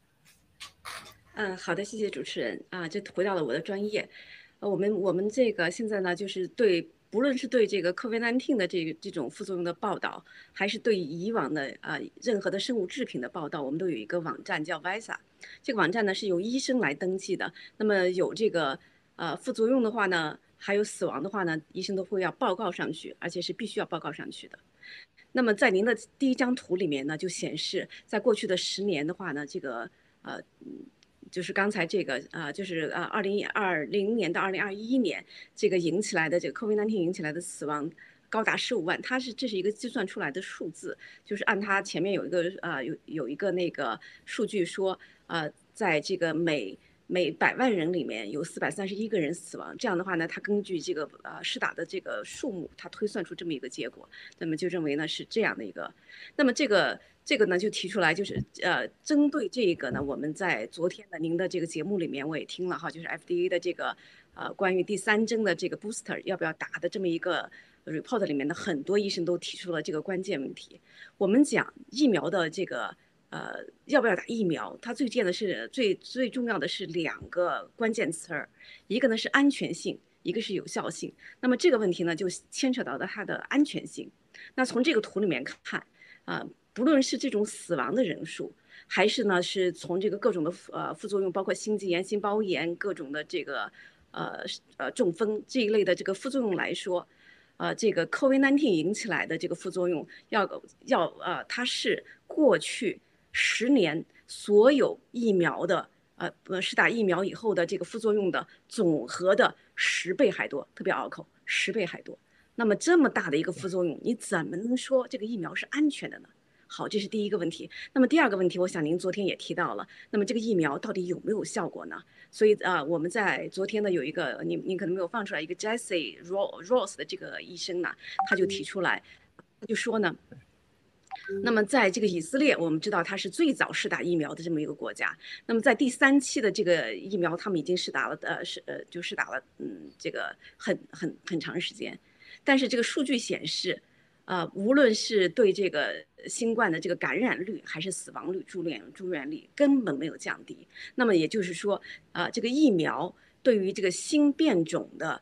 好的，谢谢主持人这回到了我的专业。我们这个现在呢，就是不论是对这个 COVID-19 的这种副作用的报道，还是对以往的任何的生物制品的报道，我们都有一个网站叫 VISA。这个网站呢是由医生来登记的。那么有这个副作用的话呢，还有死亡的话呢，医生都会要报告上去，而且是必须要报告上去的。那么在您的第一张图里面呢，就显示在过去的10年的话呢，这个就是刚才这个就是2020年到2021年这个引起来的这个 COVID-19 引起来的死亡高达15万，这是一个计算出来的数字，就是按它前面有一个有一个那个数据说在这个每100万人里面有431个人死亡，这样的话呢，它根据这个施打的这个数目，它推算出这么一个结果，那么就认为呢是这样的一个，那么这个呢就提出来就是针对这个呢，我们在昨天的您的这个节目里面我也听了哈，就是 FDA 的这个关于第3针的这个 booster 要不要打的这么一个 report 里面的很多医生都提出了这个关键问题。我们讲疫苗的这个要不要打疫苗，它最重要的是2个关键词儿，一个呢是安全性，一个是有效性。那么这个问题呢就牵扯到了它的安全性。那从这个图里面看不论是这种死亡的人数，还是呢是从这个各种的副作用，包括心肌炎、心包炎各种的这个中风这一类的这个副作用来说，这个 COVID-19 引起来的这个副作用它是过去10年所有疫苗的施打疫苗以后的这个副作用的总和的 10倍还多，特别拗口，10倍还多。那么这么大的一个副作用，你怎么能说这个疫苗是安全的呢？好，这是第一个问题。那么第二个问题，我想您昨天也提到了，那么这个疫苗到底有没有效果呢？所以我们在昨天呢有一个您可能没有放出来，一个 Jesse Ross 的这个医生呢，他就提出来，他就说呢，那么在这个以色列，我们知道它是最早施打疫苗的这么一个国家。那么在第3期的这个疫苗，他们已经施打了就施打了这个很长时间，但是这个数据显示。无论是对这个新冠的这个感染率，还是死亡率、住院率，根本没有降低。那么也就是说，这个疫苗对于这个新变种的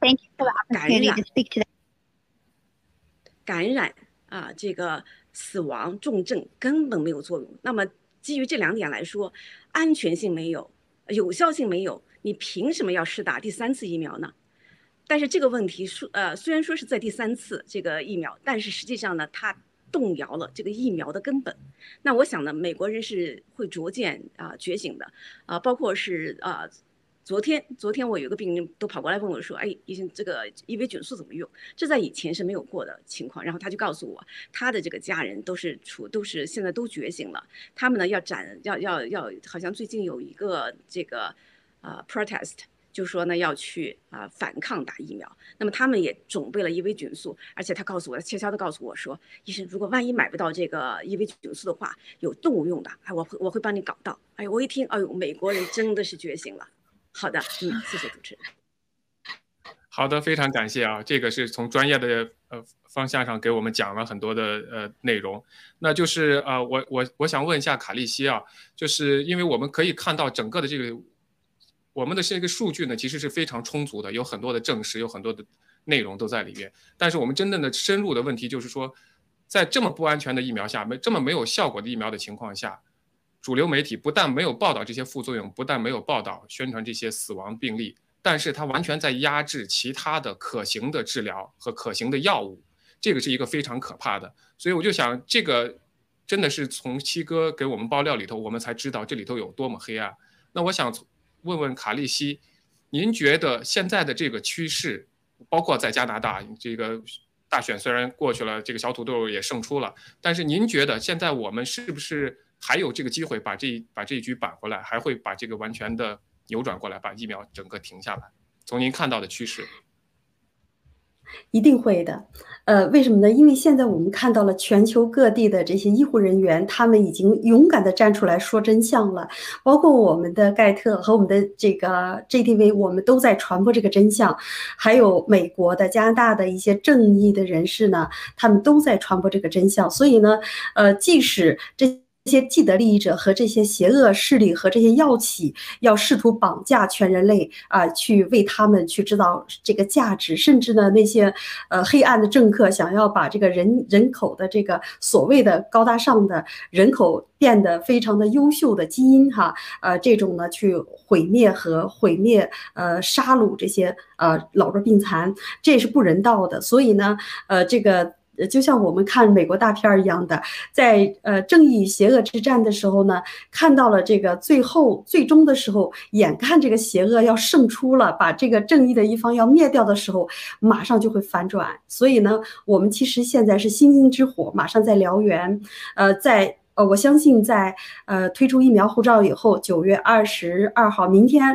感染这个死亡、重症根本没有作用。那么基于这2点来说，安全性没有，有效性没有，你凭什么要施打第3次疫苗呢？但是这个问题虽然说是在第3次这个疫苗，但是实际上呢，它动摇了这个疫苗的根本。那我想呢，美国人是会逐渐觉醒的包括是昨天我有一个病人都跑过来问我说，哎，医生，这个伊维菌素怎么用？这在以前是没有过的情况。然后他就告诉我，他的这个家人都是现在都觉醒了，他们呢要好像最近有一个这个protest。就说呢要去反抗打疫苗，那么他们也准备了伊维菌素，而且他悄悄的告诉我说，医生，如果万一买不到这个伊维菌素的话，有动物用的，我会帮你搞到。哎，我一听，哎呦，美国人真的是觉醒了。好的，谢谢主持人。 好的，非常感谢啊，这个是从专业的方向上给我们讲了很多的内容。那就是我想问一下卡利西啊，就是因为我们可以看到整个的这个。我们的这个数据呢，其实是非常充足的，有很多的证实，有很多的内容都在里面。但是我们真正的深入的问题就是说，在这么不安全的疫苗下，这么没有效果的疫苗的情况下，主流媒体不但没有报道这些副作用，不但没有报道宣传这些死亡病例，但是它完全在压制其他的可行的治疗和可行的药物，这个是一个非常可怕的。所以我就想，这个真的是从七哥给我们爆料里头，我们才知道这里头有多么黑暗。那我想问问卡利西，您觉得现在的这个趋势，包括在加拿大，这个大选虽然过去了，这个小土豆也胜出了，但是您觉得现在我们是不是还有这个机会把这一局扳回来，还会把这个完全的扭转过来，把疫苗整个停下来？从您看到的趋势。 一定会的，为什么呢？因为现在我们看到了全球各地的这些医护人员，他们已经勇敢地站出来说真相了。包括我们的盖特和我们的这个 JTV， 我们都在传播这个真相。还有美国的、加拿大的一些正义的人士呢，他们都在传播这个真相。所以呢，即使这些既得利益者和这些邪恶势力和这些药企要试图绑架全人类去为他们去制造这个价值，甚至呢那些黑暗的政客想要把这个人口的这个所谓的高大上的人口变得非常的优秀的基因这种呢去毁灭杀戮这些老弱病残，这也是不人道的。所以呢这个就像我们看美国大片一样的，在正义与邪恶之战的时候呢，看到了这个最终的时候，眼看这个邪恶要胜出了，把这个正义的一方要灭掉的时候，马上就会反转。所以呢，我们其实现在是星星之火，马上在燎原，我相信在推出疫苗护照以后，9月22号，明天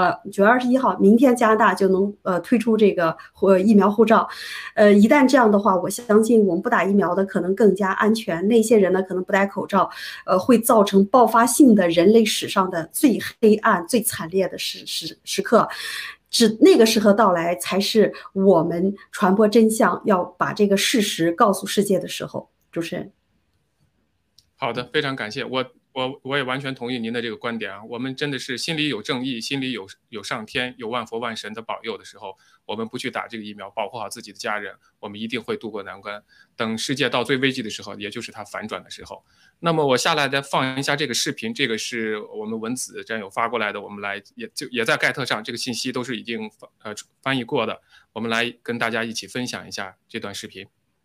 9月21号，明天加拿大就能推出这个疫苗护照。一旦这样的话，我相信我们不打疫苗的可能更加安全，那些人呢可能不戴口罩，会造成爆发性的人类史上的最黑暗、最惨烈的时刻。那个时候到来，才是我们传播真相，要把这个事实告诉世界的时候。主持人。 好的，非常感谢。我也完全同意您的这个观点啊。我们真的是心里有正义，心里有上天，有万佛万神的保佑的时候，我们不去打这个疫苗，保护好自己的家人，我们一定会渡过难关。等世界到最危急的时候，也就是它反转的时候。那么我下来再放一下这个视频，这个是我们文子战友发过来的，我们来也在盖特上，这个信息都是已经翻译过的，我们来跟大家一起分享一下这段视频。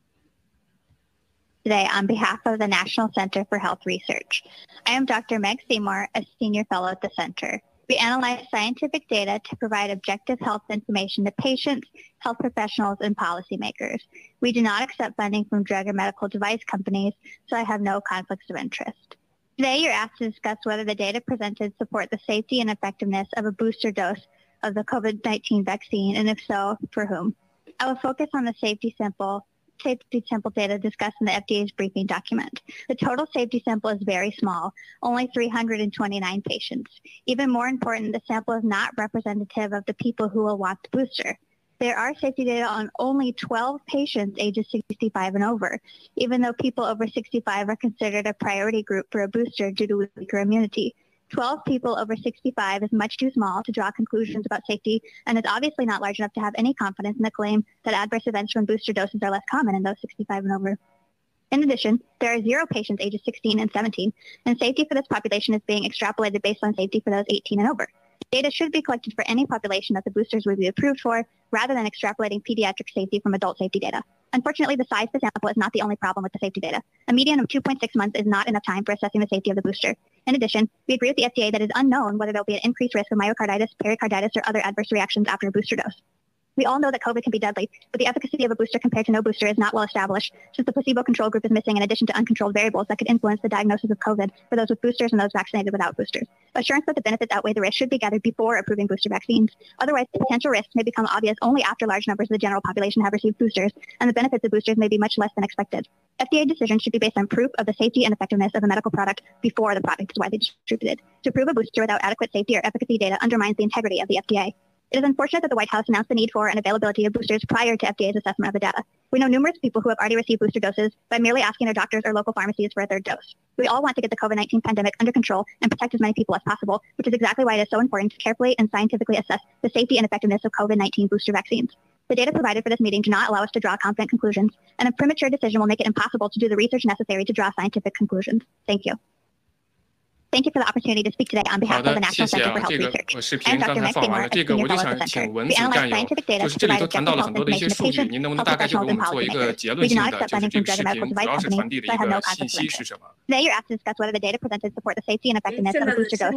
Today on behalf of the National Center for Health Research. I am Dr. Meg Seymour, a senior fellow at the center. We analyze scientific data to provide objective health information to patients, health professionals, and policymakers. We do not accept funding from drug or medical device companies, so I have no conflicts of interest. Today, you're asked to discuss whether the data presented support the safety and effectiveness of a booster dose of the COVID-19 vaccine, and if so, for whom. I will focus on the safety sample data discussed in the FDA's briefing document. The total safety sample is very small, only 329 patients. Even more important, the sample is not representative of the people who will want the booster. There are safety data on only 12 patients ages 65 and over, even though people over 65 are considered a priority group for a booster due to weaker immunity. 12 people over 65 is much too small to draw conclusions about safety, and is obviously not large enough to have any confidence in the claim that adverse events from booster doses are less common in those 65 and over. In addition, there are 0 patients ages 16 and 17, and safety for this population is being extrapolated based on safety for those 18 and over. Data should be collected for any population that the boosters would be approved for, rather than extrapolating pediatric safety from adult safety data. Unfortunately, the size of the sample is not the only problem with the safety data. A median of 2.6 months is not enough time for assessing the safety of the booster. In addition, we agree with the FDA that it is unknown whether there will be an increased risk of myocarditis, pericarditis, or other adverse reactions after a booster dose. We all know that COVID can be deadly, but the efficacy of a booster compared to no booster is not well established, since the placebo control group is missing in addition to uncontrolled variables that could influence the diagnosis of COVID for those with boosters and those vaccinated without boosters. Assurance that the benefits outweigh the risk should be gathered before approving booster vaccines. Otherwise, the potential risks may become obvious only after large numbers of the general population have received boosters, and the benefits of boosters may be much less than expected. FDA decisions should be based on proof of the safety and effectiveness of a medical product before the product is widely distributed. To approve a booster without adequate safety or efficacy data undermines the integrity of the FDA. It is unfortunate that the White House announced the need for and availability of boosters prior to FDA's assessment of the data. We know numerous people who have already received booster doses by merely asking their doctors or local pharmacies for a third dose. We all want to get the COVID-19 pandemic under control and protect as many people as possible, which is exactly why it is so important to carefully and scientifically assess the safety and effectiveness of COVID-19 booster vaccines. The data provided for this meeting do not allow us to draw confident conclusions, and a premature decision will make it impossible to do the research necessary to draw scientific conclusions. Thank you. Thank you for the opportunity to speak today on behalf of the National Center for Health Research. I am Dr. Meg Seymour, a senior fellow at the center. We analyze scientific data to provide objective health information to patients, health professionals, and policymakers. We do not accept funding from drug and medical device companies, so I have no conflict of interest. Today, you're asked to discuss whether the data presented support the safety and effectiveness of a booster dose,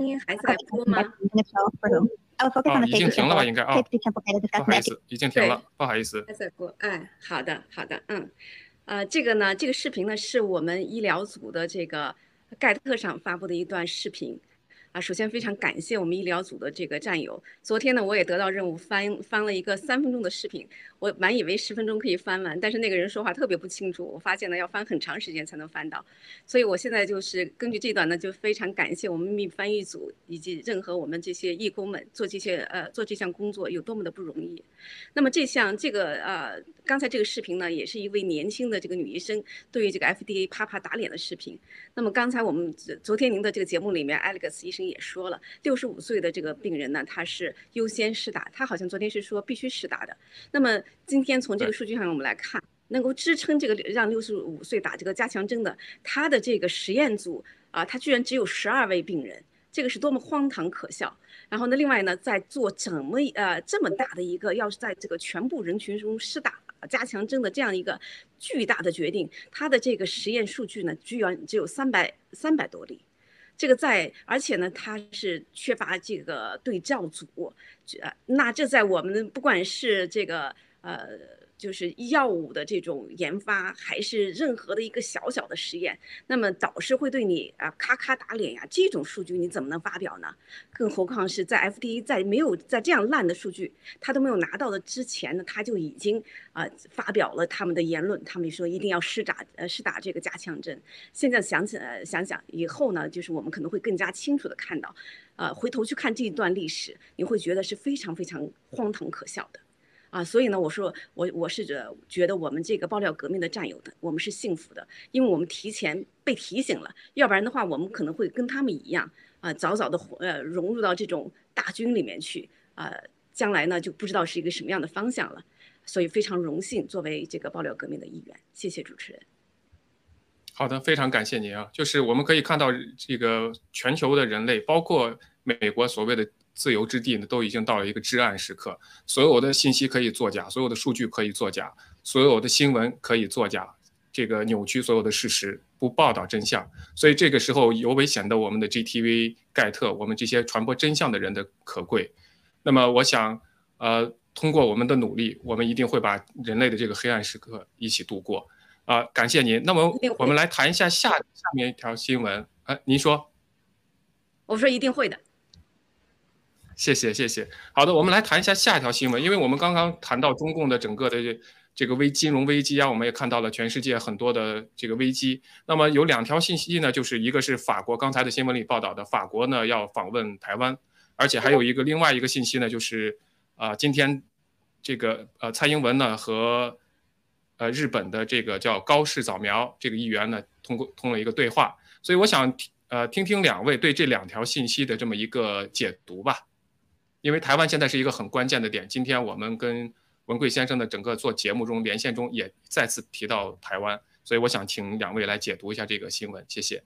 and if so, for whom. I will focus on the safety sample data discussed in the 已经停了，不好意思。 还在播，哎，好的，这个呢，这个视频呢是我们医疗组的这个盖特上发布的一段视频。首先非常感谢我们医疗组的这个战友。昨天呢，我也得到任务翻了一个3分钟的视频，我满以为10分钟可以翻完，但是那个人说话特别不清楚，我发现呢要翻很长时间才能翻到，所以我现在就是根据这段呢，就非常感谢我们秘密翻译组以及任何我们这些义工们做这项工作有多么的不容易。那么刚才这个视频呢，也是一位年轻的这个女医生对于这个 FDA 啪啪打脸的视频。那么刚才昨天您的这个节目里面 Alex 医生也说了，65岁的这个病人呢，他是优先施打，他好像昨天是说必须施打的。那么今天从这个数据上我们来看，能够支撑这个让65岁打这个加强针的，他的这个实验组他居然只有12位病人，这个是多么荒唐可笑。然后呢，另外呢，在做这么大的一个要是在这个全部人群中施打加强针的这样一个巨大的决定，他的这个实验数据呢，居然只有300多例。这个而且呢，它是缺乏这个对照组，那这在我们不管是这个就是药物的这种研发，还是任何的一个小小的实验，那么导师会对你咔咔打脸呀，这种数据你怎么能发表呢？更何况是在 FDA 在这样烂的数据他都没有拿到的之前呢，他就已经发表了他们的言论，他们说一定要施打这个加强针。现在想想以后呢，就是我们可能会更加清楚的看到，回头去看这一段历史，你会觉得是非常非常荒唐可笑的。所以呢，我说我是觉得我们这个爆料革命的战友的，我们是幸福的，因为我们提前被提醒了，要不然的话，我们可能会跟他们一样早早的融入到这种大军里面去将来呢就不知道是一个什么样的方向了。所以非常荣幸作为这个爆料革命的一员，谢谢主持人。 好的，非常感谢您就是我们可以看到这个全球的人类，包括美国所谓的自由之地呢，都已经到了一个至暗时刻，所有的信息可以作假，所有的数据可以作假，所有的新闻可以作假，这个扭曲所有的事实，不报道真相。所以这个时候尤为显得我们的 GTV 盖特我们这些传播真相的人的可贵。那么我想，通过我们的努力，我们一定会把人类的这个黑暗时刻一起度过。感谢您。那么我们来谈一下下面一条新闻。您说？ 我说一定会的。 谢谢。好的，我们来谈一下下一条新闻，因为我们刚刚谈到中共的整个的这个金融危机啊，我们也看到了全世界很多的这个危机。那么有2条信息呢，就是一个是法国刚才的新闻里报道的，法国呢要访问台湾，而且还有另外一个信息呢，就是今天这个蔡英文呢和日本的这个叫高市早苗这个议员呢通了一个对话，所以我想听听2位对这2条信息的这么一个解读吧。因为台湾现在是一个很关键的点，今天我们跟文贵先生的整个做节目中连线中也再次提到台湾，所以我想请2位来解读一下这个新闻，谢谢。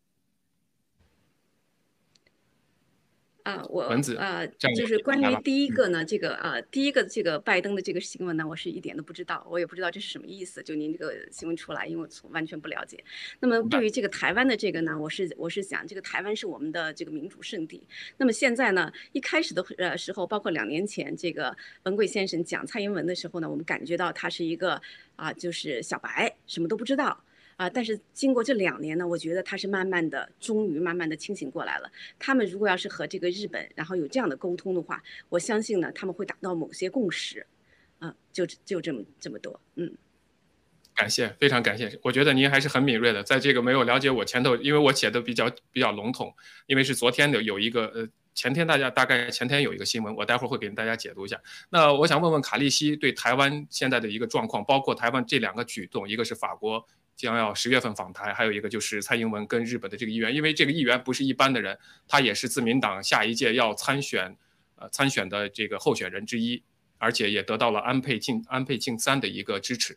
文子， 就是关于第一个呢，第一个这个拜登的这个新闻呢，我是一点都不知道，我也不知道这是什么意思。就您这个新闻出来，因为我完全不了解。那么对于这个台湾的这个呢，我是想，这个台湾是我们的这个民主圣地。那么现在呢，一开始的时候，包括2年前这个文贵先生讲蔡英文的时候呢，我们感觉到他是一个就是小白，什么都不知道。但是经过这2年呢，我觉得他是终于慢慢的清醒过来了。他们如果要是和这个日本，然后有这样的沟通的话，我相信呢，他们会达到某些共识。就这么多。 感谢，非常感谢。我觉得您还是很敏锐的，在这个没有了解我前头，因为我写的比较笼统，因为是昨天有一个前天大概前天有一个新闻，我待会儿会给大家解读一下。那我想问问卡利西对台湾现在的一个状况，包括台湾这2个举动，一个是法国将要10月份访台，还有一个就是蔡英文跟日本的这个议员，因为这个议员不是一般的人，他也是自民党下一届要参选的这个候选人之一，而且也得到了安倍晋三的一个支持。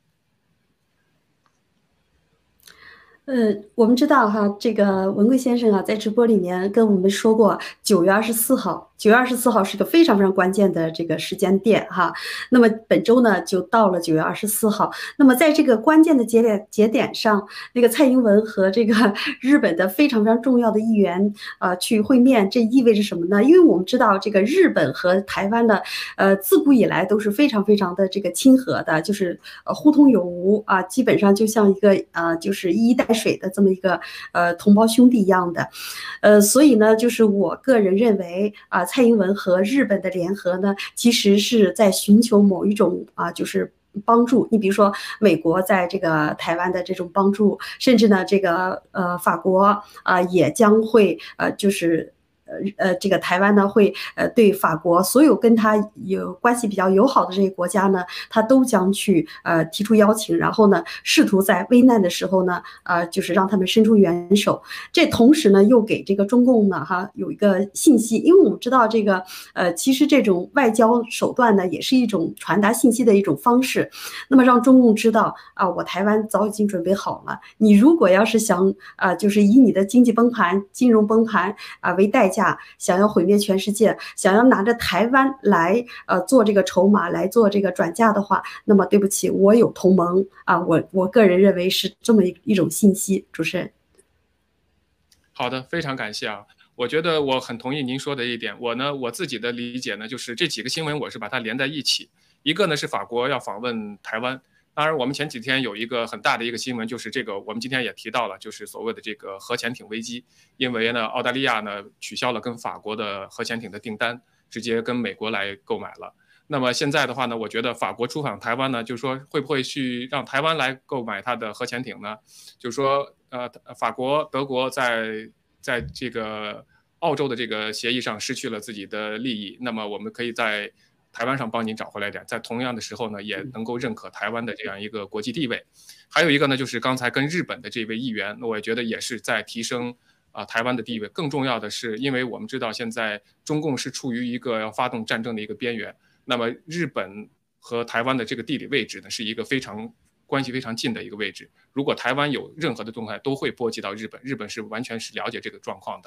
我们知道哈，这个文贵先生啊，在直播里面跟我们说过，9月24号，9月24号是个非常非常关键的这个时间点哈。那么本周呢，就到了9月24号。那么在这个关键的节点上，那个蔡英文和这个日本的非常非常重要的议员去会面，这意味着什么呢？因为我们知道这个日本和台湾呢，自古以来都是非常非常的这个亲和的，就是互通有无啊，基本上就像一个就是一衣带水的这么一个同胞兄弟一样的，所以呢，就是我个人认为蔡英文和日本的联合呢，其实是在寻求某一种就是帮助。你比如说美国在这个台湾的这种帮助，甚至呢这个法国也将会就是这个台湾呢会对法国所有跟他有关系比较友好的这些国家呢，他都将去提出邀请，然后呢试图在危难的时候呢就是让他们伸出援手。这同时呢又给这个中共呢有一个信息，因为我们知道这个其实这种外交手段呢也是一种传达信息的一种方式，那么让中共知道我台湾早已经准备好了，你如果要是想就是以你的经济崩盘、金融崩盘为代价，想要毁灭全世界，想要拿着台湾来做这个筹码，来做这个转嫁的话，那么对不起，我有同盟我个人认为是这么一种信息。主持人， 好的，非常感谢啊。我觉得我很同意您说的一点。我自己的理解呢，就是这几个新闻我是把它连在一起。一个呢是法国要访问台湾，当然我们前几天有一个很大的一个新闻，就是这个我们今天也提到了，就是所谓的这个核潜艇危机。因为呢澳大利亚呢取消了跟法国的核潜艇的订单，直接跟美国来购买了。那么现在的话呢，我觉得法国出访台湾呢，就是说会不会去让台湾来购买它的核潜艇呢？就是说法国、德国在这个澳洲的这个协议上失去了自己的利益，那么我们可以在台湾上帮您找回来点，在同样的时候呢，也能够认可台湾的这样一个国际地位。还有一个呢，就是刚才跟日本的这位议员，那我也觉得也是在提升台湾的地位。更重要的是，因为我们知道现在中共是处于一个要发动战争的一个边缘，那么日本和台湾的这个地理位置呢，是一个关系非常近的一个位置。如果台湾有任何的动态，都会波及到日本，日本是完全是了解这个状况的。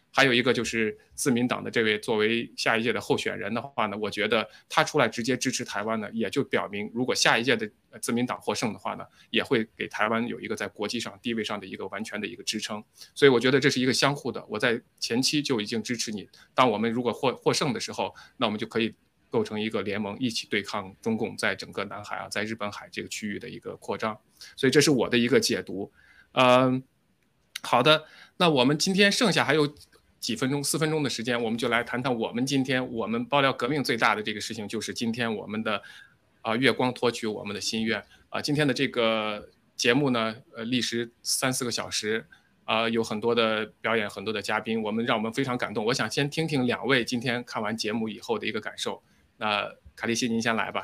还有一个就是自民党的这位作为下一届的候选人的话呢，我觉得他出来直接支持台湾呢，也就表明如果下一届的自民党获胜的话呢，也会给台湾有一个在国际上地位上的一个完全的一个支撑。所以我觉得这是一个相互的，我在前期就已经支持你，当我们如果获胜的时候，那我们就可以构成一个联盟，一起对抗中共在整个南海啊，在日本海这个区域的一个扩张。所以这是我的一个解读。好的，那我们今天剩下还有几分钟，4分钟的时间，我们就来谈谈我们今天我们爆料革命最大的这个事情，就是今天我们的月光托举我们的心愿今天的这个节目呢，历时3-4个小时有很多的表演，很多的嘉宾，让我们非常感动。我想先听听2位今天看完节目以后的一个感受。那卡利西您先来吧。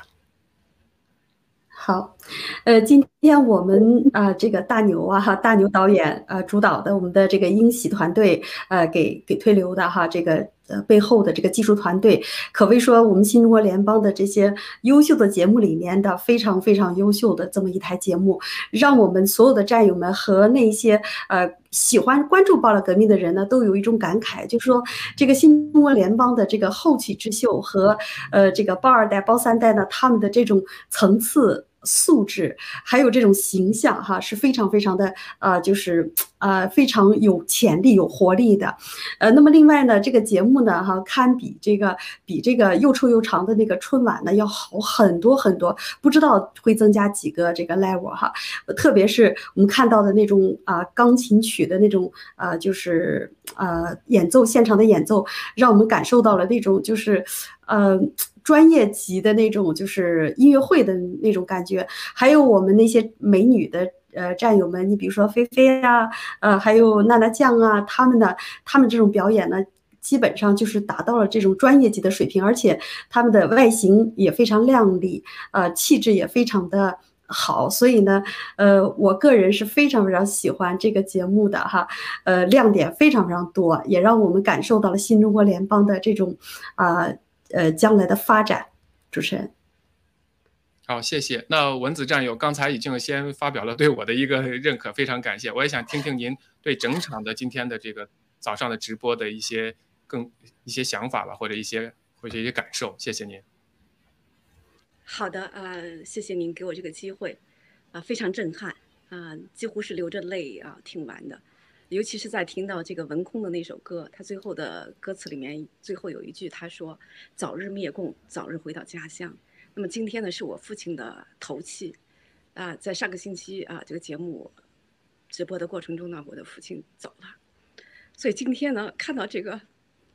好，今天我们这个大牛大牛导演主导的我们的这个英喜团队给推流的这个背后的这个技术团队，可谓说我们新中国联邦的这些优秀的节目里面的非常非常优秀的这么一台节目，让我们所有的战友们和那些喜欢关注爆料革命的人呢，都有一种感慨，就是说这个新中国联邦的这个后起之秀和这个包2代、包3代呢，他们的这种层次、素质还有这种形象是非常非常的就是非常有潜力、有活力的。那么另外呢，这个节目呢堪比这个又臭又长的那个春晚呢要好很多很多，不知道会增加几个这个 level 特别是我们看到的那种钢琴曲的那种就是演奏，现场的演奏，让我们感受到了那种就是专业级的那种就是音乐会的那种感觉。还有我们那些美女的战友们，你比如说菲菲还有娜娜酱他们这种表演呢，基本上就是达到了这种专业级的水平，而且他们的外形也非常靓丽，气质也非常的好。所以呢，我个人是非常非常喜欢这个节目的亮点非常非常多，也让我们感受到了新中国联邦的这种将来的发展。主持人。 好，谢谢。那文子战友刚才已经先发表了对我的一个认可，非常感谢。我也想听听您对整场的今天的这个早上的直播的一些想法吧，或者一些感受。谢谢您。 好的，谢谢您给我这个机会，非常震撼几乎是流着泪听完的。尤其是在听到这个文空的那首歌，他最后的歌词里面最后有一句，他说：“早日灭共，早日回到家乡。”那么今天呢，是我父亲的头七，在上个星期这个节目直播的过程中呢，我的父亲走了，所以今天呢，看到这个，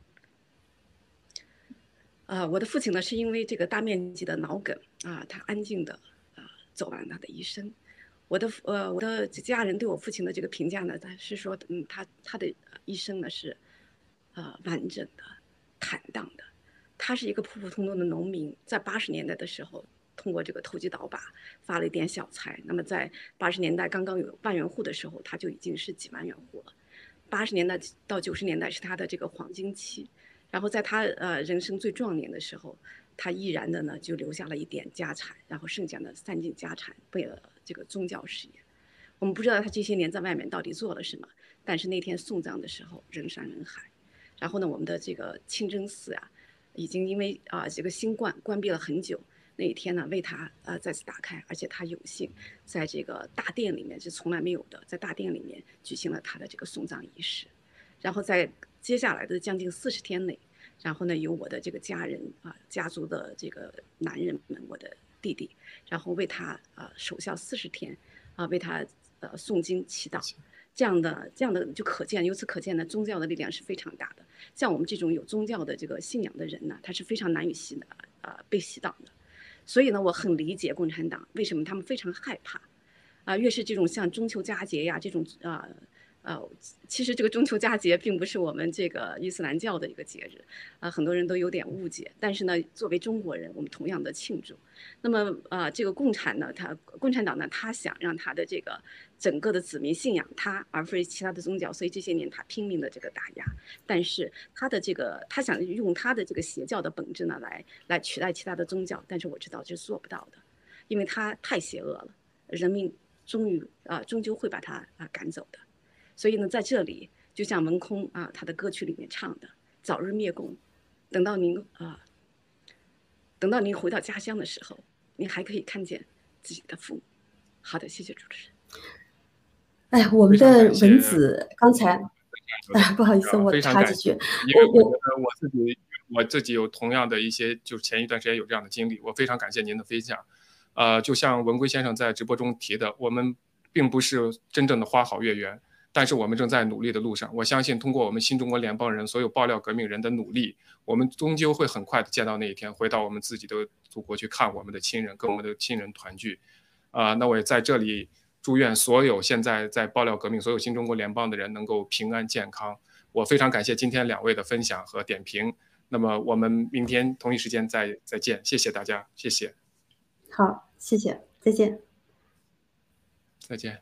我的父亲呢是因为这个大面积的脑梗他安静的走完他的一生。我的家人对我父亲的这个评价呢，他是说，他的一生呢是完整的、坦荡的。他是一个普普通通的农民，在80年代的时候，通过这个投机倒把发了一点小财。那么在80年代刚刚有万元户的时候，他就已经是几万元户了。80年代到90年代是他的这个黄金期，然后在他人生最壮年的时候，他毅然的呢就留下了一点家产，然后剩下的散尽家产为了这个宗教事业。我们不知道他这些年在外面到底做了什么，但是那天送葬的时候人山人海。然后呢，我们的这个清真寺已经因为这个新冠关闭了很久，那一天呢为他再次打开，而且他有幸在这个大殿里面是从来没有的，在大殿里面举行了他的这个送葬仪式。然后在接下来的将近40天内，然后呢由我的这个家人家族的这个男人们，我的弟弟，然后为他守孝40天为他诵经祈祷。这样的就可见，由此可见呢，宗教的力量是非常大的。像我们这种有宗教的这个信仰的人呢，他是非常难以被洗脑的。所以呢，我很理解共产党为什么他们非常害怕越是这种像中秋佳节呀这种其实这个中秋佳节并不是我们这个伊斯兰教的一个节日很多人都有点误解。但是呢，作为中国人，我们同样的庆祝。那么这个共产党呢，他想让他的这个整个的子民信仰他，而非其他的宗教，所以这些年他拼命的这个打压。但是他想用他的这个邪教的本质呢来取代其他的宗教，但是我知道这是做不到的，因为他太邪恶了，人民终究会把他赶走的。所以呢，在这里就像文空啊他的歌曲里面唱的“早日灭共”，等到您回到家乡的时候，您还可以看见自己的父母。好的，谢谢主持人。 哎呀，我们的文子刚才，不好意思，我插几句。 因为我自己有同样的一些，就是前一段时间有这样的经历，我非常感谢您的分享。就像文贵先生在直播中提的，我们并不是真正的花好月圆，但是我们正在努力的路上。我相信通过我们新中国联邦人所有爆料革命人的努力，我们终究会很快的见到那一天，回到我们自己的祖国去看我们的亲人，跟我们的亲人团聚。那我也在这里祝愿所有现在在爆料革命、所有新中国联邦的人能够平安健康。我非常感谢今天2位的分享和点评。那么我们明天同一时间再见，谢谢大家，谢谢。 好，谢谢，再见。 再见。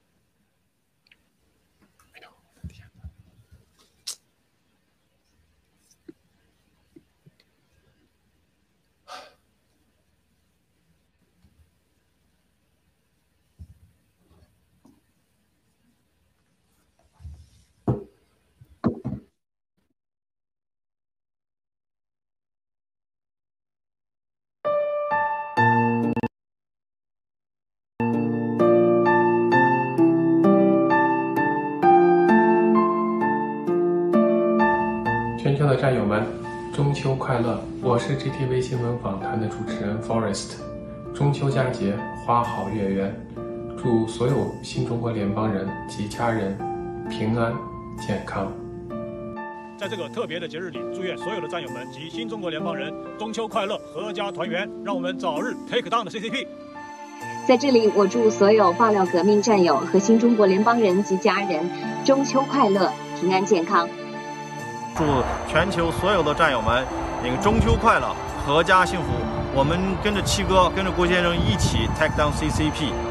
全球的战友们，中秋快乐！我是 GTV 新闻访谈的主持人 Forrest。中秋佳节，花好月圆，祝所有新中国联邦人及家人平安健康。 在这个特别的节日里，祝愿所有的战友们及新中国联邦人中秋快乐，阖家团圆，让我们早日 take down 的 CCP。 在这里，我祝所有爆料革命战友和新中国联邦人及家人中秋快乐，平安健康。 祝全球所有的战友们中秋快乐，阖家幸福。我们跟着七哥，跟着郭先生一起 take down CCP。